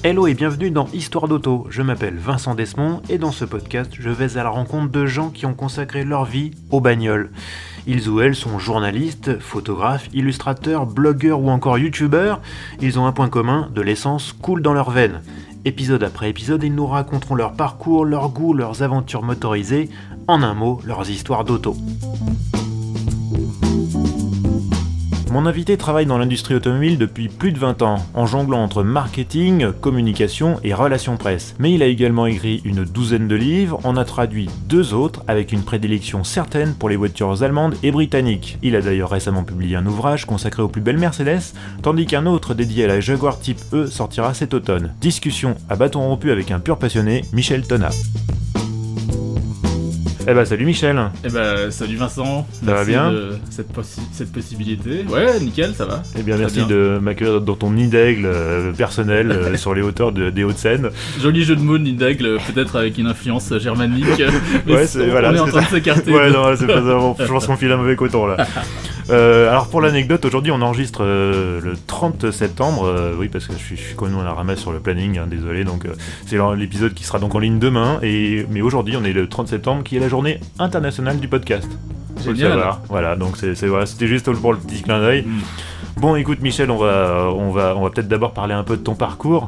Hello et bienvenue dans Histoire d'auto, je m'appelle Vincent Desmond et dans ce podcast je vais à la rencontre de gens qui ont consacré leur vie aux bagnoles. Ils ou elles sont journalistes, photographes, illustrateurs, blogueurs ou encore youtubeurs. Ils ont un point commun, de l'essence coule dans leurs veines. Épisode après épisode, ils nous raconteront leur parcours, leurs goûts, leurs aventures motorisées, en un mot, leurs histoires d'auto. Mon invité travaille dans l'industrie automobile depuis plus de 20 ans, en jonglant entre marketing, communication et relations presse. Mais il a également écrit une douzaine de livres, en a traduit 2 autres, avec une prédilection certaine pour les voitures allemandes et britanniques. Il a d'ailleurs récemment publié un ouvrage consacré aux plus belles Mercedes, tandis qu'un autre dédié à la Jaguar Type E sortira cet automne. Discussion à bâton rompu avec un pur passionné, Michel Tonna. Eh bah salut Michel. Eh bah salut Vincent. Ça va bien de cette possibilité. Ouais, nickel, ça va. Eh bien merci de m'accueillir dans ton nid d'aigle personnel sur les hauteurs des Hauts-de-Seine. Joli jeu de mots, nid d'aigle, peut-être avec une influence germanique. Mais ouais, on est en train de s'écarter. Ouais, non, c'est pas ça. Je pense qu'on file un mauvais coton là. Alors pour l'anecdote, aujourd'hui on enregistre le 30 septembre, oui parce que je suis connu à la ramasse sur le planning, hein, désolé, donc c'est l'épisode qui sera donc en ligne demain, mais aujourd'hui on est le 30 septembre qui est la journée internationale du podcast. Génial. Voilà, donc voilà, c'était juste pour le petit clin d'œil. Bon écoute Michel, on va peut-être d'abord parler un peu de ton parcours.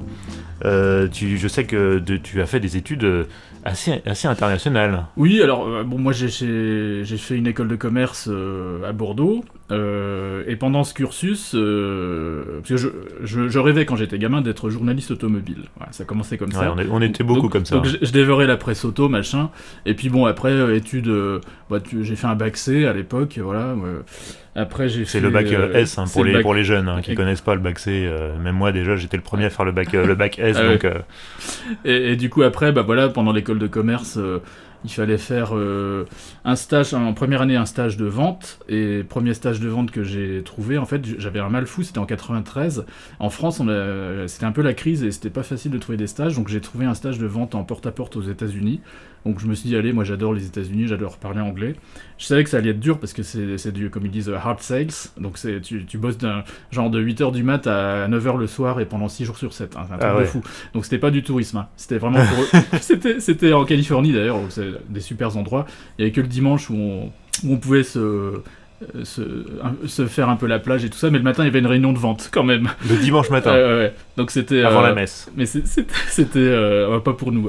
Je sais que tu as fait des études assez internationales. Oui, alors moi j'ai fait une école de commerce à Bordeaux, et pendant ce cursus, parce que je rêvais quand j'étais gamin d'être journaliste automobile. Voilà, ça commençait comme ça. On était beaucoup comme ça. Donc je dévorais la presse auto, machin. Et puis bon, après études, j'ai fait un bac C à l'époque, voilà. Après c'est le bac S hein, pour les jeunes qui connaissent pas le bac C. Même moi déjà j'étais le premier à faire le bac S. Donc, et du coup après pendant l'école de commerce il fallait faire un stage en première année, un stage de vente, et premier stage de vente que j'ai trouvé, en fait j'avais un mal fou, c'était en 93 en France, c'était un peu la crise et c'était pas facile de trouver des stages, donc j'ai trouvé un stage de vente en porte-à-porte aux États-Unis. Donc je me suis dit allez, moi j'adore les États-Unis, j'adore parler anglais. Je savais que ça allait être dur parce que c'est du, comme ils disent, hard sales, donc tu bosses d'un genre de 8h du mat à 9h le soir et pendant 6 jours sur 7, hein, c'est un truc de fou. Donc c'était pas du tourisme, hein. C'était vraiment pour eux. C'était en Californie d'ailleurs, où c'est des super endroits. Il y avait que le dimanche où on pouvait se faire un peu la plage et tout ça, mais le matin il y avait une réunion de vente quand même. Le dimanche matin. Ouais. Donc c'était avant la messe. Mais c'était pas pour nous.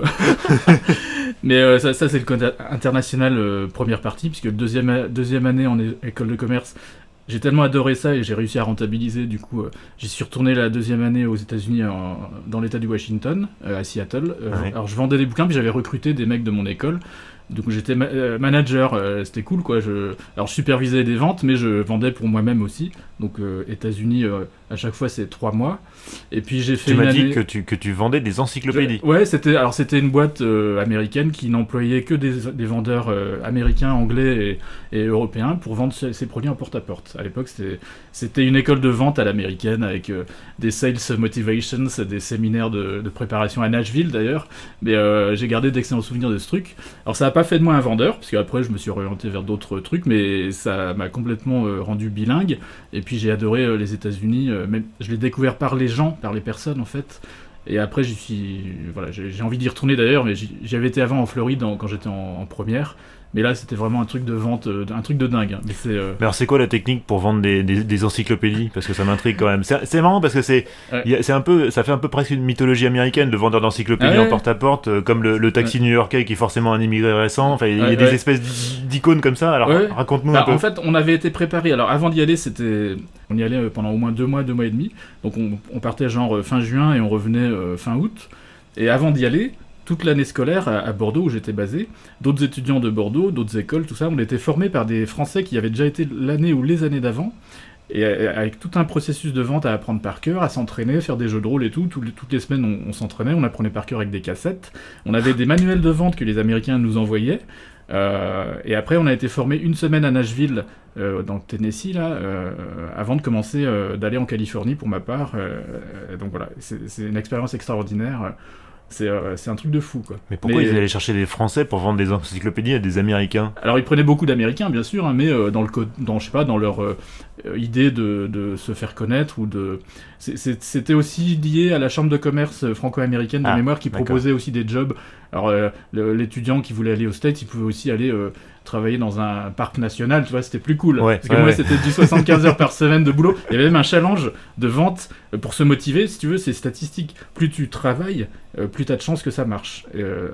Mais ça c'est le code international, première partie, puisque deuxième année en école de commerce, j'ai tellement adoré ça et j'ai réussi à rentabiliser. Du coup, j'y suis retourné la deuxième année aux États-Unis, dans l'État du Washington, à Seattle. Ouais. Alors je vendais des bouquins, puis j'avais recruté des mecs de mon école. Donc j'étais manager, c'était cool quoi. Alors je supervisais des ventes, mais je vendais pour moi-même aussi. Donc États-Unis, à chaque fois c'est 3 mois. Et puis j'ai fait. Tu m'as dit que tu vendais des encyclopédies. Ouais, c'était une boîte américaine qui n'employait que des vendeurs américains, anglais et européens pour vendre ses produits en porte-à-porte. À l'époque, c'était une école de vente à l'américaine avec des sales motivations, des séminaires de préparation à Nashville d'ailleurs. Mais j'ai gardé d'excellents souvenirs de ce truc. Alors ça n'a pas fait de moi un vendeur, parce qu'après je me suis orienté vers d'autres trucs, mais ça m'a complètement rendu bilingue. Et puis j'ai adoré les États-Unis, même je l'ai découvert par les gens, par les personnes en fait. Et après j'ai envie d'y retourner d'ailleurs, mais j'y avais été avant en Floride quand j'étais en première. Mais là, c'était vraiment un truc de vente, un truc de dingue. Mais Mais alors, c'est quoi la technique pour vendre des encyclopédies ? Parce que ça m'intrigue quand même. C'est marrant parce que ça fait un peu presque une mythologie américaine, le vendeur d'encyclopédies en porte-à-porte, comme le taxi new-yorkais qui est forcément un immigré récent. Enfin, il y a des espèces d'icônes comme ça. Alors, raconte-nous un peu. En fait, on avait été préparé. Alors, avant d'y aller, on y allait pendant au moins 2 mois et demi. Donc, on partait genre fin juin et on revenait fin août. Et avant d'y aller, toute l'année scolaire à Bordeaux où j'étais basé, d'autres étudiants de Bordeaux, d'autres écoles, tout ça, on était formés par des Français qui avaient déjà été l'année ou les années d'avant, et avec tout un processus de vente à apprendre par cœur, à s'entraîner, faire des jeux de rôle et tout. Toutes les semaines on s'entraînait, on apprenait par cœur avec des cassettes, on avait des manuels de vente que les Américains nous envoyaient, et après on a été formés une semaine à Nashville, dans le Tennessee là, avant de commencer d'aller en Californie pour ma part. Donc voilà, c'est une expérience extraordinaire. C'est un truc de fou, quoi. Mais pourquoi ils allaient chercher des Français pour vendre des encyclopédies à des Américains ? Alors ils prenaient beaucoup d'Américains, bien sûr, hein, mais dans leur idée de se faire connaître ou de... C'était aussi lié à la chambre de commerce franco-américaine de mémoire qui proposait aussi des jobs. Alors l'étudiant qui voulait aller aux States, il pouvait aussi aller travailler dans un parc national, tu vois, c'était plus cool. Parce que moi, c'était du 75 heures par semaine de boulot. Il y avait même un challenge de vente pour se motiver. Si tu veux, c'est statistique. Plus tu travailles, plus tu as de chances que ça marche.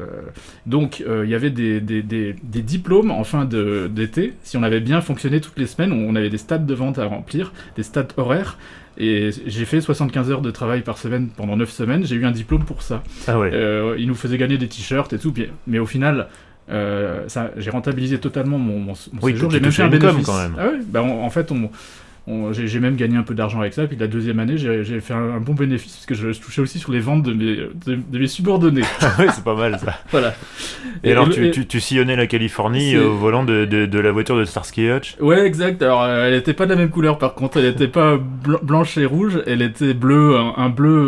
Donc, il y avait des diplômes en fin d'été. Si on avait bien fonctionné toutes les semaines, on avait des stats de vente à remplir, des stats horaires. Et j'ai fait 75 heures de travail par semaine pendant 9 semaines. J'ai eu un diplôme pour ça. Ils nous faisaient gagner des t-shirts et tout. Mais au final... j'ai rentabilisé totalement mon séjour. J'ai même fait un bénéfice quand même. Ah ouais, en fait, j'ai même gagné un peu d'argent avec ça. Puis la deuxième année, j'ai fait un bon bénéfice parce que je touchais aussi sur les ventes de mes subordonnés. Ouais, c'est pas mal ça. Voilà. Et alors, tu sillonnais la Californie au volant de la voiture de Starsky Hutch. Ouais, exact. Alors, elle était pas de la même couleur par contre. Elle était pas blanche et rouge. Elle était bleue, un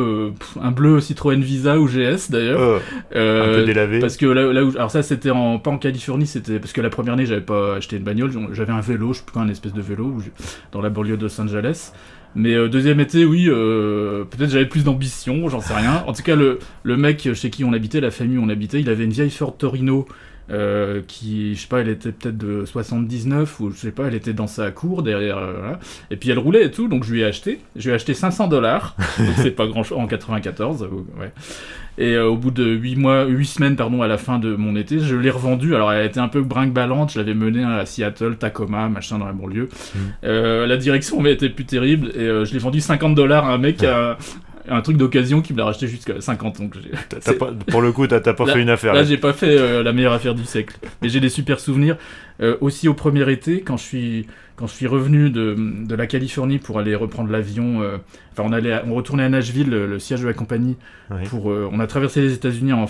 bleu Citroën Visa ou GS d'ailleurs. Un peu délavé. Parce que là où, alors ça, c'était pas en Californie, c'était parce que la première année, j'avais pas acheté une bagnole. J'avais un vélo, je sais plus quoi, un espèce de vélo dans la banlieue de Los Angeles. Mais deuxième été, oui, peut-être j'avais plus d'ambition, j'en sais rien. En tout cas, le mec chez qui on habitait, la famille où on habitait, il avait une vieille Ford Torino qui, je sais pas, elle était peut-être de 79 ou je sais pas, elle était dans sa cour derrière, voilà. Et puis elle roulait et tout, donc je lui ai acheté $500, donc c'est pas grand chose en 94, ouais. Et au bout de 8 semaines, à la fin de mon été, je l'ai revendue. Alors elle était un peu brinque-ballante, je l'avais menée à Seattle, Tacoma, machin dans la banlieue. La direction était plus terrible et je l'ai vendue $50 à un mec un truc d'occasion qui me l'a racheté jusqu'à 50 ans. Pour le coup, t'as pas fait une affaire. Là, j'ai pas fait la meilleure affaire du siècle. Mais j'ai des super souvenirs. Aussi au premier été, quand je suis revenu de la Californie pour aller reprendre l'avion, on retournait à Nashville, le siège de la compagnie, on a traversé les États-Unis en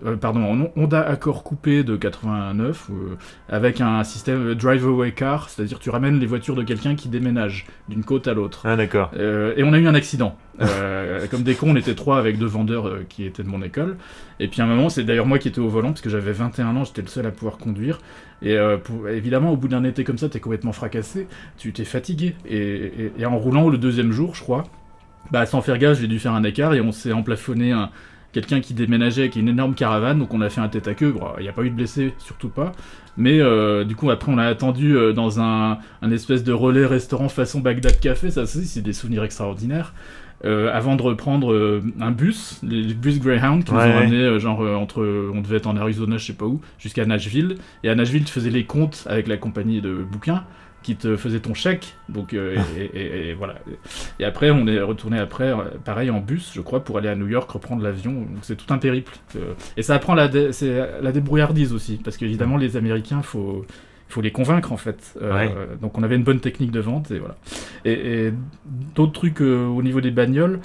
en Honda Accord coupé de 89, avec un système drive-away car, c'est-à-dire tu ramènes les voitures de quelqu'un qui déménage d'une côte à l'autre. Ah d'accord. Et on a eu un accident. Comme des cons, on était 3 avec 2 vendeurs qui étaient de mon école. Et puis à un moment, c'est d'ailleurs moi qui étais au volant, parce que j'avais 21 ans, j'étais le seul à pouvoir conduire. Et évidemment, au bout d'un été comme ça, t'es complètement fracassé, tu t'es fatigué. Et en roulant le deuxième jour, je crois, sans faire gaffe, j'ai dû faire un écart et on s'est emplafonné quelqu'un qui déménageait avec une énorme caravane, donc on a fait un tête à queue. Il n'y a pas eu de blessés, surtout pas. Mais du coup, après, on a attendu dans un espèce de relais restaurant façon Bagdad Café. Ça aussi, c'est des souvenirs extraordinaires. Avant de reprendre un bus, les bus Greyhound qui nous ont ramenés on devait être en Arizona, je sais pas où, jusqu'à Nashville. Et à Nashville, tu faisais les comptes avec la compagnie de bouquins qui te faisait ton chèque. Donc et voilà. Et après, on est retourné pareil en bus, je crois, pour aller à New York reprendre l'avion. Donc c'est tout un périple. Et ça apprend c'est la débrouillardise aussi, parce qu'évidemment les Américains, faut les convaincre en fait. Donc on avait une bonne technique de vente et voilà. Et d'autres trucs au niveau des bagnoles,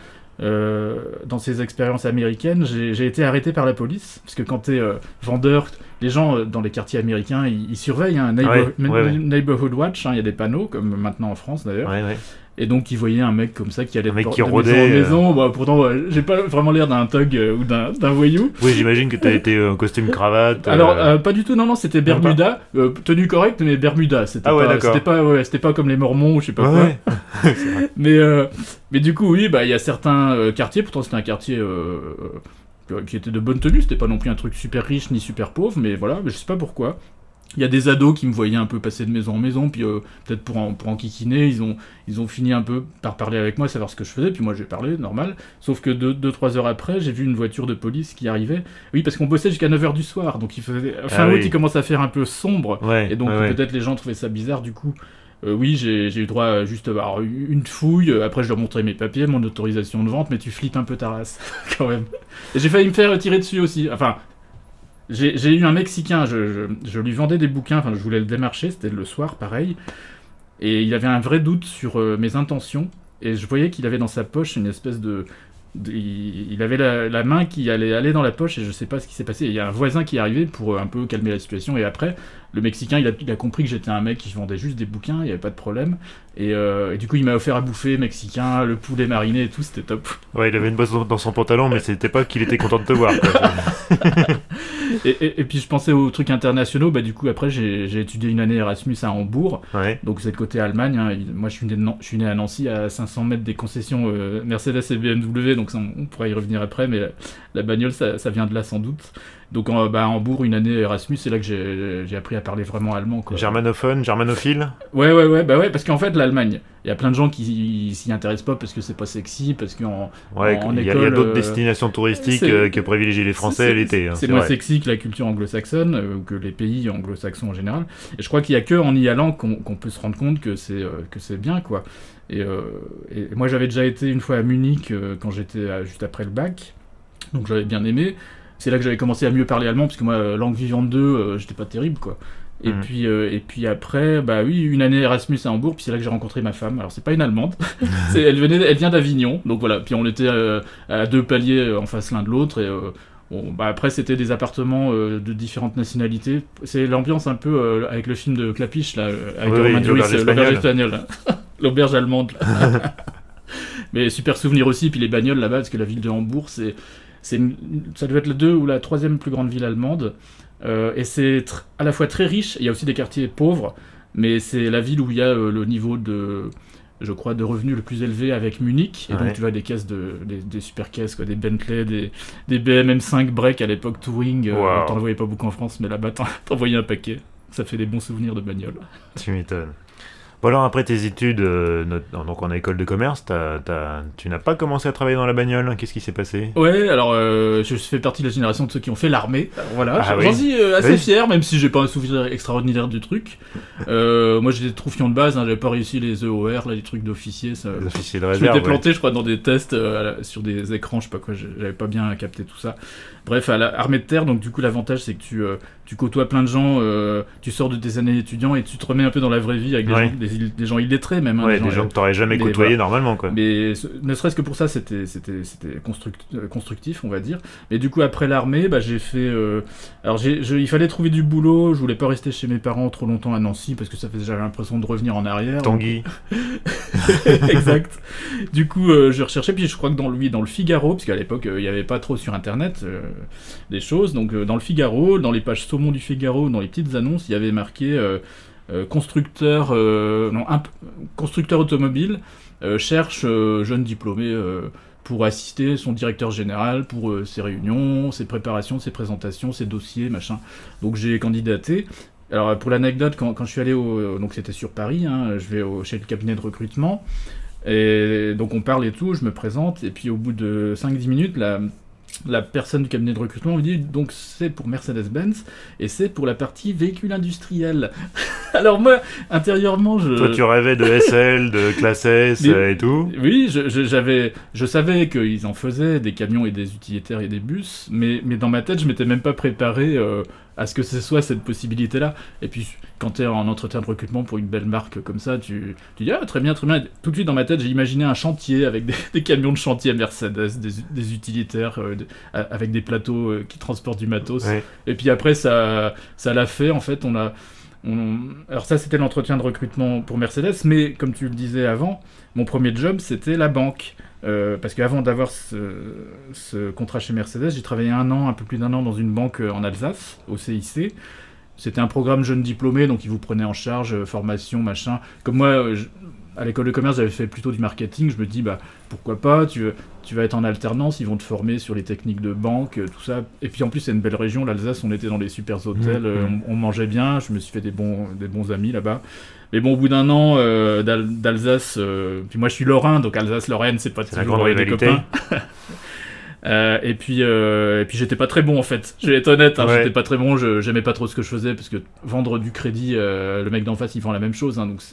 dans ces expériences américaines, j'ai été arrêté par la police, parce que quand t'es vendeur, les gens dans les quartiers américains, ils surveillent un neighborhood watch, il y a des panneaux, comme maintenant en France d'ailleurs. Et donc ils voyaient un mec comme ça qui allait de maison en maison. Pourtant, j'ai pas vraiment l'air d'un thug ou d'un voyou. Oui, j'imagine que t'as été en costume cravate. Alors pas du tout, non, c'était Bermuda, tenue correcte, mais Bermuda. C'était pas comme les Mormons ou je sais pas quoi. Mais du coup, oui, il y a certains quartiers. Pourtant, c'était un quartier qui était de bonne tenue. C'était pas non plus un truc super riche ni super pauvre, mais voilà, je sais pas pourquoi. Il y a des ados qui me voyaient un peu passer de maison en maison, puis peut-être pour en kikiner, ils ont fini un peu par parler avec moi, savoir ce que je faisais, puis moi j'ai parlé, normal. Sauf que 2-3 heures après, j'ai vu une voiture de police qui arrivait. Oui, parce qu'on bossait jusqu'à 9h du soir, donc il faisait... Fin août, il commence à faire un peu sombre, et donc peut-être les gens trouvaient ça bizarre, du coup... oui, j'ai eu droit à juste une fouille, après je leur montrais mes papiers, mon autorisation de vente, mais tu flippes un peu ta race, quand même. Et j'ai failli me faire tirer dessus aussi, enfin... J'ai eu un Mexicain, je lui vendais des bouquins, je voulais le démarcher, c'était le soir, pareil, et il avait un vrai doute sur mes intentions, et je voyais qu'il avait dans sa poche une espèce il avait la main qui allait aller dans la poche, et je sais pas ce qui s'est passé. Il y a un voisin qui est arrivé pour un peu calmer la situation, et après, le Mexicain, il a compris que j'étais un mec qui vendait juste des bouquins, il n'y avait pas de problème. Et du coup, il m'a offert à bouffer mexicain, le poulet mariné et tout, c'était top. Ouais, il avait une bosse dans son pantalon, mais c'était pas qu'il était content de te voir, quoi. Et puis je pensais aux trucs internationaux, bah du coup après j'ai étudié une année Erasmus à Hambourg, Ouais. donc c'est le côté Allemagne, hein. Moi je suis né à Nancy, à 500 mètres des concessions Mercedes et BMW, donc ça, on pourra y revenir après, mais la bagnole ça vient de là sans doute. Donc à Hambourg, une année Erasmus, c'est là que j'ai appris à parler vraiment allemand, quoi. Germanophone, germanophile. Ouais, parce qu'en fait l'Allemagne, il y a plein de gens qui s'y intéressent pas parce que c'est pas sexy, parce qu'en Ouais, en il y a école, d'autres destinations touristiques que privilégient les Français à l'été. Hein, c'est moins vrai. sexy que la culture anglo-saxonne, que les pays anglo-saxons en général. Et je crois qu'il y a que en y allant qu'on peut se rendre compte que c'est bien, quoi. Et moi j'avais déjà été une fois à Munich quand j'étais juste après le bac, donc j'avais bien aimé. C'est là que j'avais commencé à mieux parler allemand, parce que moi, langue vivante 2, j'étais pas terrible, quoi. Et puis après, bah oui, une année Erasmus à Hambourg, puis c'est là que j'ai rencontré ma femme. Alors c'est pas une Allemande, elle vient d'Avignon, donc voilà. Puis on était à 2 paliers en face l'un de l'autre, et après c'était des appartements de différentes nationalités. C'est l'ambiance un peu avec le film de Clapiche, là, avec Romain Duris, l'auberge espagnole, l'auberge allemande. Là. Mais super souvenir aussi, puis les bagnoles là-bas, parce que la ville de Hambourg, ça devait être la 2 ou la 3e plus grande ville allemande. Et c'est à la fois très riche, il y a aussi des quartiers pauvres, mais c'est la ville où il y a le niveau je crois, de revenus le plus élevé avec Munich. Et donc tu vois des caisses, des super caisses, quoi, des Bentley, des BM M5 Break à l'époque Touring. Wow. T'en voyais pas beaucoup en France, mais là-bas t'en voyais un paquet. Ça fait des bons souvenirs de bagnole. Tu m'étonnes. Bon alors après tes études, donc en école de commerce, tu n'as pas commencé à travailler dans la bagnole. Qu'est-ce qui s'est passé? Ouais, alors je fais partie de la génération de ceux qui ont fait l'armée. Voilà, j'en suis assez Oui. fier, même si j'ai pas un souvenir extraordinaire du truc. Moi j'étais troufion de base, hein, j'avais pas réussi les EOR, là, les trucs d'officier. Les officiers de Je réserve. m'étais planté, je crois, dans des tests sur des écrans, je sais pas quoi, j'avais pas bien capté tout ça. Bref, à l'armée de terre, donc du coup l'avantage c'est que tu côtoies plein de gens, tu sors de tes années étudiants et tu te remets un peu dans la vraie vie avec des gens illettrés même. Hein, des gens que t'aurais jamais côtoyés normalement, quoi. Mais ne serait-ce que pour ça, c'était constructif, on va dire. Mais du coup, après l'armée, bah, j'ai fait... Alors, il fallait trouver du boulot, je voulais pas rester chez mes parents trop longtemps à Nancy, parce que j'avais l'impression de revenir en arrière. Tanguy. Exact. Du coup, je recherchais, puis je crois que dans le Figaro, parce qu'à l'époque, il n'y avait pas trop sur Internet des choses, donc dans le Figaro, dans les pages saumon du Figaro, dans les petites annonces, il y avait marqué... constructeur automobile cherche jeune diplômé pour assister son directeur général pour ses réunions, ses préparations, ses présentations, ses dossiers, machin. Donc j'ai candidaté. Alors pour l'anecdote, quand je suis allé donc c'était sur Paris, hein, je vais chez le cabinet de recrutement, et donc on parle et tout, je me présente, et puis au bout de 5-10 minutes, la personne du cabinet de recrutement me dit donc c'est pour Mercedes-Benz et c'est pour la partie véhicule industriel. Alors moi, intérieurement, Toi tu rêvais de SL, de classe S et tout. Oui, je savais qu'ils en faisaient des camions et des utilitaires et des bus, mais dans ma tête je m'étais même pas préparé à ce que ce soit cette possibilité-là. Et puis quand t'es en entretien de recrutement pour une belle marque comme ça, tu dis ah très bien. Tout de suite dans ma tête j'ai imaginé un chantier avec des camions de chantier Mercedes, des utilitaires avec des plateaux qui transportent du matos. Ouais. Et puis après ça l'a fait en fait. Alors ça c'était l'entretien de recrutement pour Mercedes, mais comme tu le disais avant, mon premier job c'était la banque. Parce qu'avant d'avoir ce contrat chez Mercedes, j'ai travaillé un peu plus d'un an dans une banque en Alsace, au CIC. C'était un programme jeune diplômé, donc ils vous prenaient en charge, formation, machin. Comme moi, à l'école de commerce, j'avais fait plutôt du marketing. Je me dis, bah, pourquoi pas, tu vas être en alternance, ils vont te former sur les techniques de banque, tout ça. Et puis en plus, c'est une belle région, l'Alsace, on était dans les super hôtels, on mangeait bien, je me suis fait des bons amis là-bas. Mais bon, au bout d'un an d'Alsace, puis moi je suis Lorrain, donc Alsace-Lorraine, c'est pas toujours des copains. Et puis j'étais pas très bon en fait, je vais être honnête, hein, j'étais pas très bon, j'aimais pas trop ce que je faisais, parce que vendre du crédit, le mec d'en face il vend la même chose, hein, donc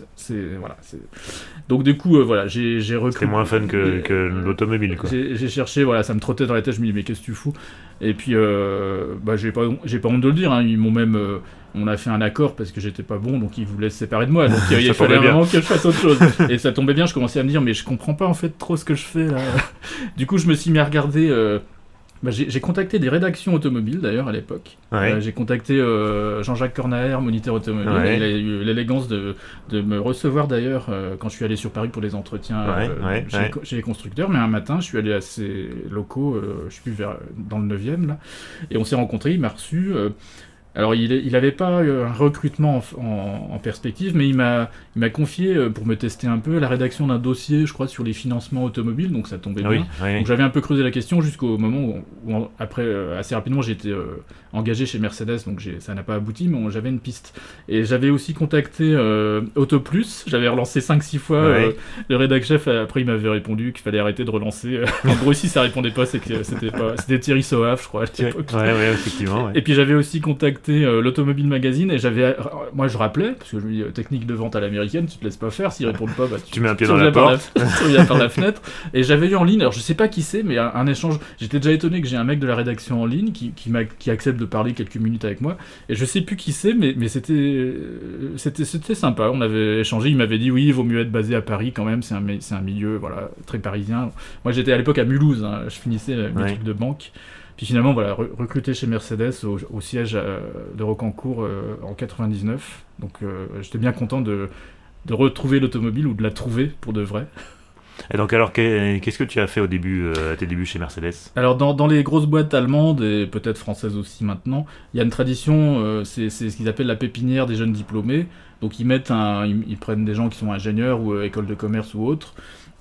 donc du coup voilà, j'ai recruté. C'était moins fun que l'automobile, quoi. J'ai cherché, voilà, ça me trottait dans la tête, je me dis mais qu'est-ce que tu fous? Et puis bah j'ai pas honte de le dire, hein, ils m'ont même on a fait un accord parce que j'étais pas bon, donc ils voulaient se séparer de moi, donc il fallait vraiment que je fasse autre chose. Et ça tombait bien, je commençais à me dire mais je comprends pas en fait trop ce que je fais là. Du coup je me suis mis à regarder J'ai contacté des rédactions automobiles d'ailleurs à l'époque. J'ai contacté Jean-Jacques Cornaer, moniteur automobile. Il a eu l'élégance de me recevoir d'ailleurs quand je suis allé sur Paris pour les entretiens chez les constructeurs. Mais un matin, je suis allé à ses locaux, je suis dans le 9e là, et on s'est rencontrés. Il m'a reçu. Alors, il avait pas un recrutement en perspective, mais il m'a confié, pour me tester un peu, la rédaction d'un dossier, je crois, sur les financements automobiles, donc ça tombait bien. Donc j'avais un peu creusé la question jusqu'au moment où après, assez rapidement, j'ai été engagé chez Mercedes, donc ça n'a pas abouti, mais j'avais une piste. Et j'avais aussi contacté AutoPlus, j'avais relancé 5-6 fois le rédac chef, après il m'avait répondu qu'il fallait arrêter de relancer. En gros, si ça répondait pas, c'est que c'était Thierry Sohaf, je crois, à l'époque. Effectivement. Et puis j'avais aussi contacté l'Automobile Magazine, et moi je rappelais, parce que je me dis, technique de vente à l'américaine, tu te laisses pas faire, s'ils répondent pas, tu mets un pied dans la porte, tu reviens par la fenêtre. Et j'avais eu en ligne, alors je sais pas qui c'est, mais un échange, j'étais déjà étonné que j'ai un mec de la rédaction en ligne qui accepte de parler quelques minutes avec moi, et je sais plus qui c'est, mais c'était sympa, on avait échangé, il m'avait dit oui, il vaut mieux être basé à Paris quand même, c'est un milieu voilà, très parisien. Moi j'étais à l'époque à Mulhouse, je finissais mes trucs de banque. Puis finalement, voilà, recruté chez Mercedes au siège de Rocancourt en 99. Donc j'étais bien content de retrouver l'automobile, ou de la trouver pour de vrai. Et donc alors, qu'est-ce que tu as fait au début, à tes débuts chez Mercedes ? Alors dans les grosses boîtes allemandes, et peut-être françaises aussi maintenant, il y a une tradition, c'est ce qu'ils appellent la pépinière des jeunes diplômés. Donc ils prennent des gens qui sont ingénieurs ou école de commerce ou autres.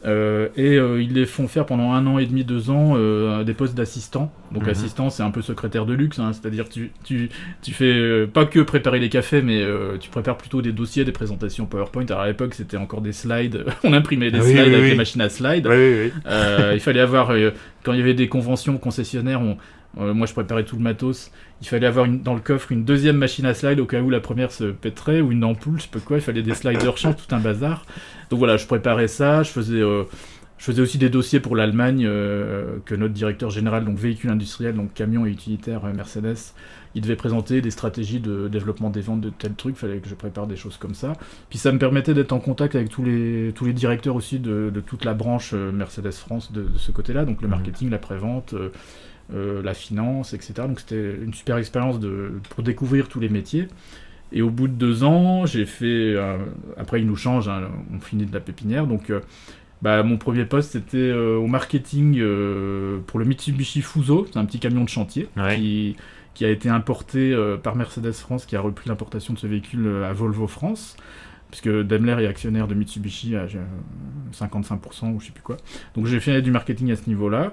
Ils les font faire pendant 1 an et demi, 2 ans des postes d'assistant. Donc assistant, c'est un peu secrétaire de luxe, c'est-à-dire tu fais pas que préparer les cafés, mais tu prépares plutôt des dossiers, des présentations PowerPoint. Alors à l'époque, c'était encore des slides, on imprimait des slides avec les machines à slides. Il fallait avoir, quand il y avait des conventions concessionnaires, moi je préparais tout le matos, il fallait avoir dans le coffre une deuxième machine à slide au cas où la première se pèterait, ou une ampoule, je sais pas quoi, il fallait des sliders champs, tout un bazar. Donc voilà, je préparais ça, je faisais aussi des dossiers pour l'Allemagne que notre directeur général, donc véhicule industriel, donc camion et utilitaire Mercedes, il devait présenter des stratégies de développement des ventes de tel truc, il fallait que je prépare des choses comme ça. Puis ça me permettait d'être en contact avec tous les directeurs aussi de toute la branche Mercedes France de ce côté-là, donc le marketing, la prévente, la finance, etc. Donc c'était une super expérience pour découvrir tous les métiers. Et au bout de 2 ans, j'ai fait... après, ils nous changent, on finit de la pépinière. Donc, mon premier poste, c'était au marketing pour le Mitsubishi Fuso. C'est un petit camion de chantier qui a été importé par Mercedes France, qui a repris l'importation de ce véhicule à Volvo France, puisque Daimler est actionnaire de Mitsubishi à 55% ou je sais plus quoi. Donc, j'ai fait du marketing à ce niveau-là.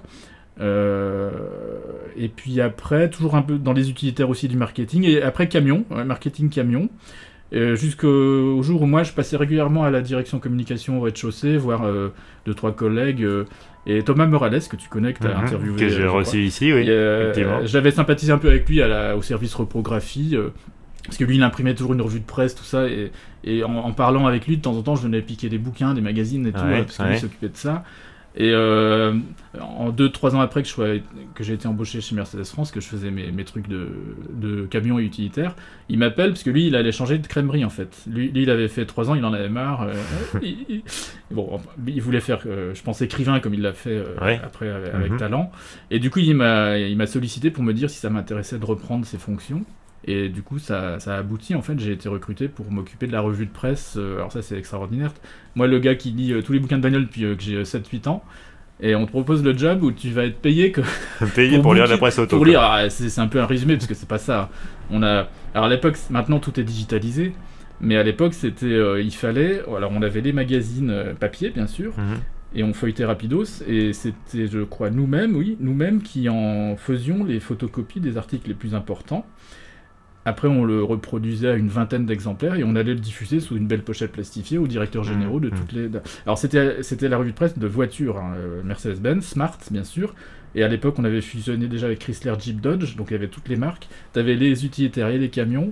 Et puis après, toujours un peu dans les utilitaires aussi du marketing, et après marketing camion, jusqu'au jour où moi je passais régulièrement à la direction communication au rez-de-chaussée, voir 2-3 collègues, et Thomas Morales, que tu connais, que tu as interviewé, que j'ai reçu ici, j'avais sympathisé un peu avec lui au service reprographie, parce que lui il imprimait toujours une revue de presse, tout ça, et en parlant avec lui de temps en temps je venais piquer des bouquins, des magazines et tout, parce qu'il s'occupait de ça. Et en 2-3 ans après que j'ai été embauché chez Mercedes France, que je faisais mes trucs de camion et utilitaire, il m'appelle parce que lui, il allait changer de crèmerie en fait. Lui il avait fait 3 ans, il en avait marre. Il voulait faire, je pense, écrivain comme il l'a fait après avec talent. Et du coup, il m'a sollicité pour me dire si ça m'intéressait de reprendre ses fonctions. Et du coup, ça a abouti. En fait, j'ai été recruté pour m'occuper de la revue de presse. Alors ça, c'est extraordinaire. Moi, le gars qui lit tous les bouquins de bagnole depuis que j'ai 7-8 ans, et on te propose le job où tu vas être payé pour lire la presse auto. Pour lire, c'est un peu un résumé, parce que c'est pas ça. Alors à l'époque, maintenant, tout est digitalisé. Mais à l'époque, il fallait... Alors, on avait les magazines papier, bien sûr. Et on feuilletait rapidos, et c'était, je crois, nous-mêmes qui en faisions les photocopies des articles les plus importants. Après, on le reproduisait à une 20aine d'exemplaires et on allait le diffuser sous une belle pochette plastifiée aux directeurs généraux de toutes les... Alors, c'était la revue de presse de voitures, Mercedes-Benz, Smart, bien sûr. Et à l'époque, on avait fusionné déjà avec Chrysler, Jeep, Dodge, donc il y avait toutes les marques. T'avais les utilitaires et les camions.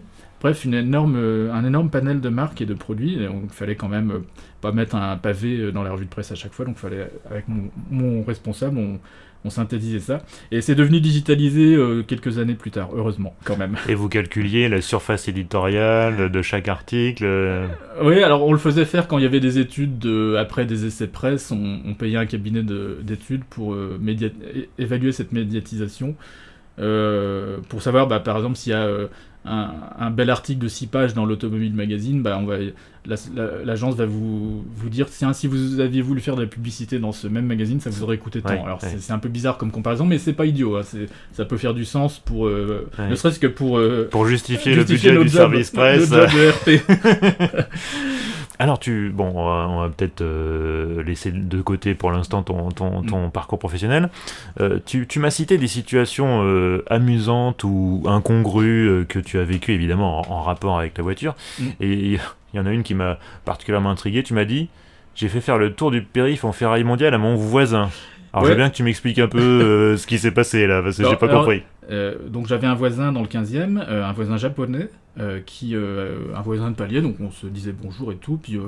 Bref, un énorme panel de marques et de produits. Et donc, il fallait quand même pas mettre un pavé dans la revue de presse à chaque fois. Donc, il fallait, avec mon responsable, on synthétisait ça. Et c'est devenu digitalisé quelques années plus tard, heureusement, quand même. Et vous calculiez la surface éditoriale de chaque article Oui, alors on le faisait faire quand il y avait des études, après des essais presse, on payait un cabinet d'études pour évaluer cette médiatisation. Pour savoir, par exemple, s'il y a un bel article de 6 pages dans l'Automobile Magazine, l'agence va vous dire, tiens, si vous aviez voulu faire de la publicité dans ce même magazine, ça vous aurait coûté tant. Alors c'est un peu bizarre comme comparaison, mais c'est pas idiot, hein. Ça peut faire du sens pour ne serait-ce que pour justifier le budget du service presse, le job de RP. Alors on va peut-être laisser de côté pour l'instant ton parcours professionnel. Tu m'as cité des situations amusantes ou incongrues que tu as vécues évidemment en rapport avec la voiture. Et il y en a une qui m'a particulièrement intrigué. Tu m'as dit, j'ai fait faire le tour du périph' en ferraille mondiale à mon voisin. Alors je veux bien que tu m'expliques un peu ce qui s'est passé là, parce que j'ai pas compris. Donc j'avais un voisin dans le 15e, un voisin japonais, un voisin de palier, donc on se disait bonjour et tout, puis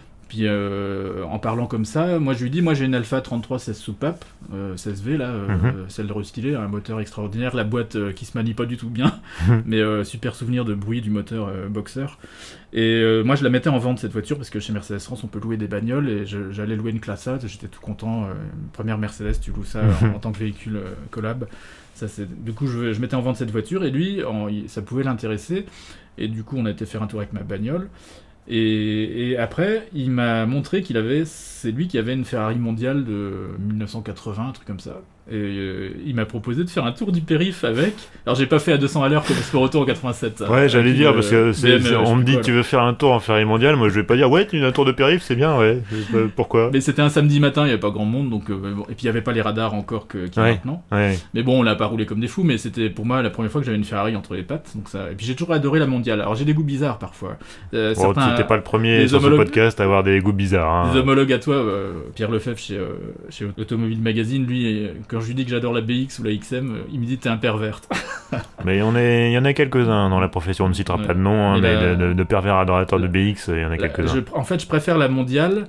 en parlant comme ça, moi je lui dis, moi j'ai une Alpha 33 16 soupape, 16V là, celle de restylée, un moteur extraordinaire, la boîte qui se manie pas du tout bien, mais super souvenir de bruit du moteur Boxer. Et moi je la mettais en vente cette voiture parce que chez Mercedes-France on peut louer des bagnoles et j'allais louer une Classe A, j'étais tout content, première Mercedes, tu loues ça en tant que véhicule collab. Du coup je mettais en vente cette voiture et lui ça pouvait l'intéresser et du coup on a été faire un tour avec ma bagnole. Et après, il m'a montré c'est lui qui avait une Ferrari mondiale de 1980, un truc comme ça. Et il m'a proposé de faire un tour du périph' avec. Alors j'ai pas fait à 200 à l'heure comme le Sport Auto en 87. Ouais, j'allais dire, parce que on me dit que tu veux faire un tour en Ferrari mondiale, moi je vais pas dire ouais, un tour de périph', c'est bien, ouais. Pourquoi ? Mais c'était un samedi matin, il y avait pas grand monde, donc et puis il y avait pas les radars encore qui maintenant. Ouais. Mais bon, on l'a pas roulé comme des fous, mais c'était pour moi la première fois que j'avais une Ferrari entre les pattes, donc ça. Et puis j'ai toujours adoré la mondiale. Alors j'ai des goûts bizarres parfois. T'es pas le premier sur ce podcast à avoir des goûts bizarres. Hein. Des homologues à toi, Pierre Lefebvre chez Automobile Magazine, lui, quand je lui dis que j'adore la BX ou la XM, il me dit t'es un pervers. Mais il y en a quelques-uns dans la profession, on ne citera pas de nom, hein, mais de pervers adorateurs de BX, il y en a quelques-uns. En fait, je préfère la mondiale.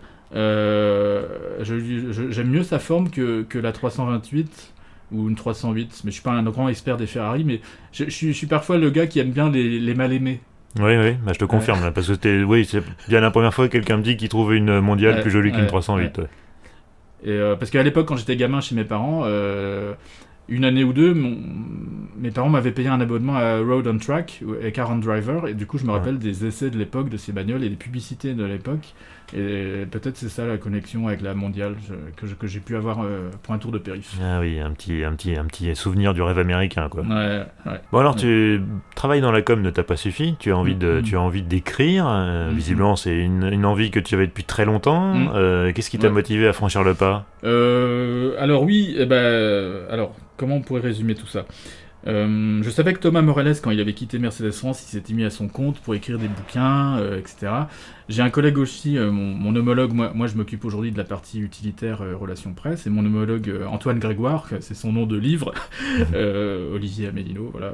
J'aime mieux sa forme que la 328 ou une 308, mais je suis pas un grand expert des Ferrari, mais je suis parfois le gars qui aime bien les mal aimés. Oui, je te confirme, là, parce que c'est bien la première fois que quelqu'un me dit qu'il trouve une mondiale plus jolie qu'une 308. Ouais. Et parce qu'à l'époque, quand j'étais gamin chez mes parents, une année ou deux, mes parents m'avaient payé un abonnement à Road on Track et Car on Driver, et du coup je me rappelle des essais de l'époque de ces bagnoles et des publicités de l'époque, et peut-être c'est ça la connexion avec la mondiale que j'ai pu avoir pour un tour de périph'. Ah oui, un petit souvenir du rêve américain, quoi. Ouais. Bon alors, tu travailles dans la com ne t'a pas suffi, tu as envie d'écrire, visiblement c'est une envie que tu avais depuis très longtemps. Qu'est-ce qui t'a motivé à franchir le pas ? Alors oui, alors comment on pourrait résumer tout ça ? Je savais que Thomas Morales, quand il avait quitté Mercedes-France, il s'était mis à son compte pour écrire des bouquins, etc. J'ai un collègue aussi, mon homologue, moi je m'occupe aujourd'hui de la partie utilitaire relations presse, et mon homologue Antoine Grégoire, c'est son nom de livre, Olivier Amélino, voilà.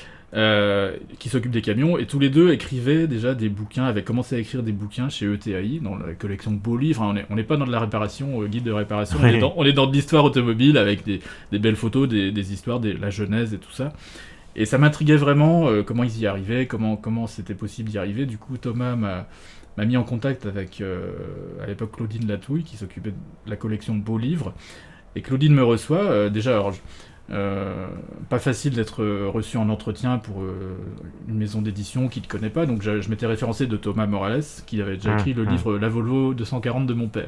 Qui s'occupe des camions, et tous les deux écrivaient déjà des bouquins, avaient commencé à écrire des bouquins chez ETAI, dans la collection Beaux Livres. On n'est pas dans de la réparation, guide de réparation, on est dans de l'histoire automobile, avec des belles photos, des histoires, la genèse et tout ça. Et ça m'intriguait vraiment, comment ils y arrivaient, comment c'était possible d'y arriver. Du coup, Thomas m'a mis en contact avec, à l'époque, Claudine Latouille, qui s'occupait de la collection Beaux Livres. Et Claudine me reçoit, déjà, alors... pas facile d'être reçu en entretien pour une maison d'édition qui ne te connaît pas, donc je m'étais référencé de Thomas Morales, qui avait déjà écrit le livre La Volvo 240 de mon père.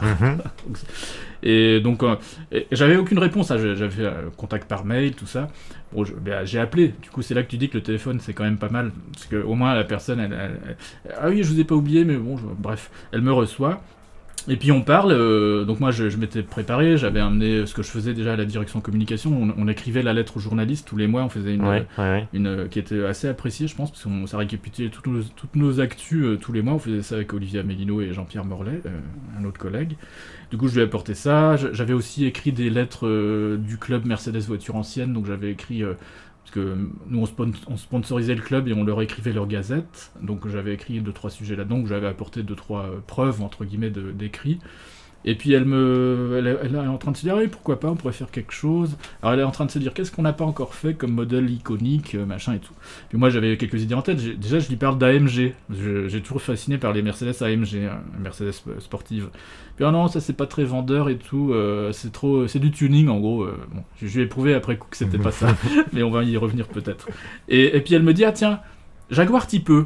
Et donc j'avais aucune réponse, j'avais fait contact par mail, tout ça. Bon, j'ai appelé, du coup c'est là que tu dis que le téléphone c'est quand même pas mal, parce que au moins la personne elle ah oui, je vous ai pas oublié, mais bon, bref, elle me reçoit. Et puis on parle, donc moi je m'étais préparé, j'avais amené ce que je faisais déjà à la direction communication, on écrivait la lettre aux journalistes tous les mois, on faisait une qui était assez appréciée je pense, parce que ça récapitulait toutes nos actus tous les mois, on faisait ça avec Olivier Amélino et Jean-Pierre Morlet, un autre collègue. Du coup je lui ai apporté ça, j'avais aussi écrit des lettres du club Mercedes Voiture Ancienne, donc j'avais écrit parce que nous on sponsorisait le club et on leur écrivait leur gazette, donc j'avais écrit 2-3 sujets là-dedans, où j'avais apporté 2-3 preuves entre guillemets d'écrit. Et puis elle est en train de se dire oui, pourquoi pas, on pourrait faire quelque chose. Alors elle est en train de se dire qu'est-ce qu'on n'a pas encore fait comme modèle iconique, machin et tout. Puis moi j'avais quelques idées en tête. Déjà je lui parle d'AMG. J'ai toujours fasciné par les Mercedes AMG, Mercedes sportive. Puis non, ça c'est pas très vendeur et tout. C'est du tuning en gros. Bon, je lui ai prouvé après coup que c'était pas ça, mais on va y revenir peut-être. Et puis elle me dit ah tiens, Jaguar type E,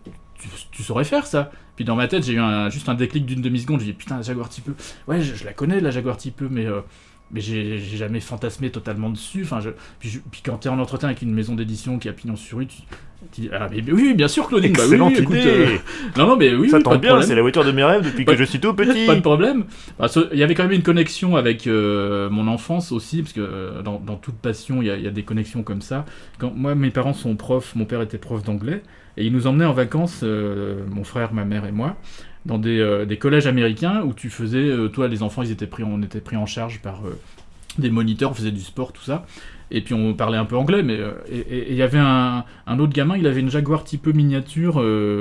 tu saurais faire ça. Puis dans ma tête, j'ai eu juste un déclic d'une demi-seconde. J'ai dit putain, la Jaguar type E. Ouais, je la connais, la Jaguar type E, mais j'ai jamais fantasmé totalement dessus. Enfin, puis quand t'es en entretien avec une maison d'édition qui a pignon sur rue, tu dis ah mais oui, bien sûr, Claudine. Excellente bah oui, idée. Écoute, non, mais oui, ça oui, tombe bien, c'est la voiture de mes rêves depuis que je suis tout petit. Pas de problème. Il y avait quand même une connexion avec mon enfance aussi, parce que dans toute passion, il y a des connexions comme ça. Quand moi, mes parents sont profs, mon père était prof d'anglais. Et ils nous emmenaient en vacances, mon frère, ma mère et moi, dans des collèges américains où tu faisais, toi les enfants, on était pris en charge par des moniteurs, on faisait du sport, tout ça. Et puis on parlait un peu anglais, mais et il y avait un autre gamin, il avait une Jaguar type E miniature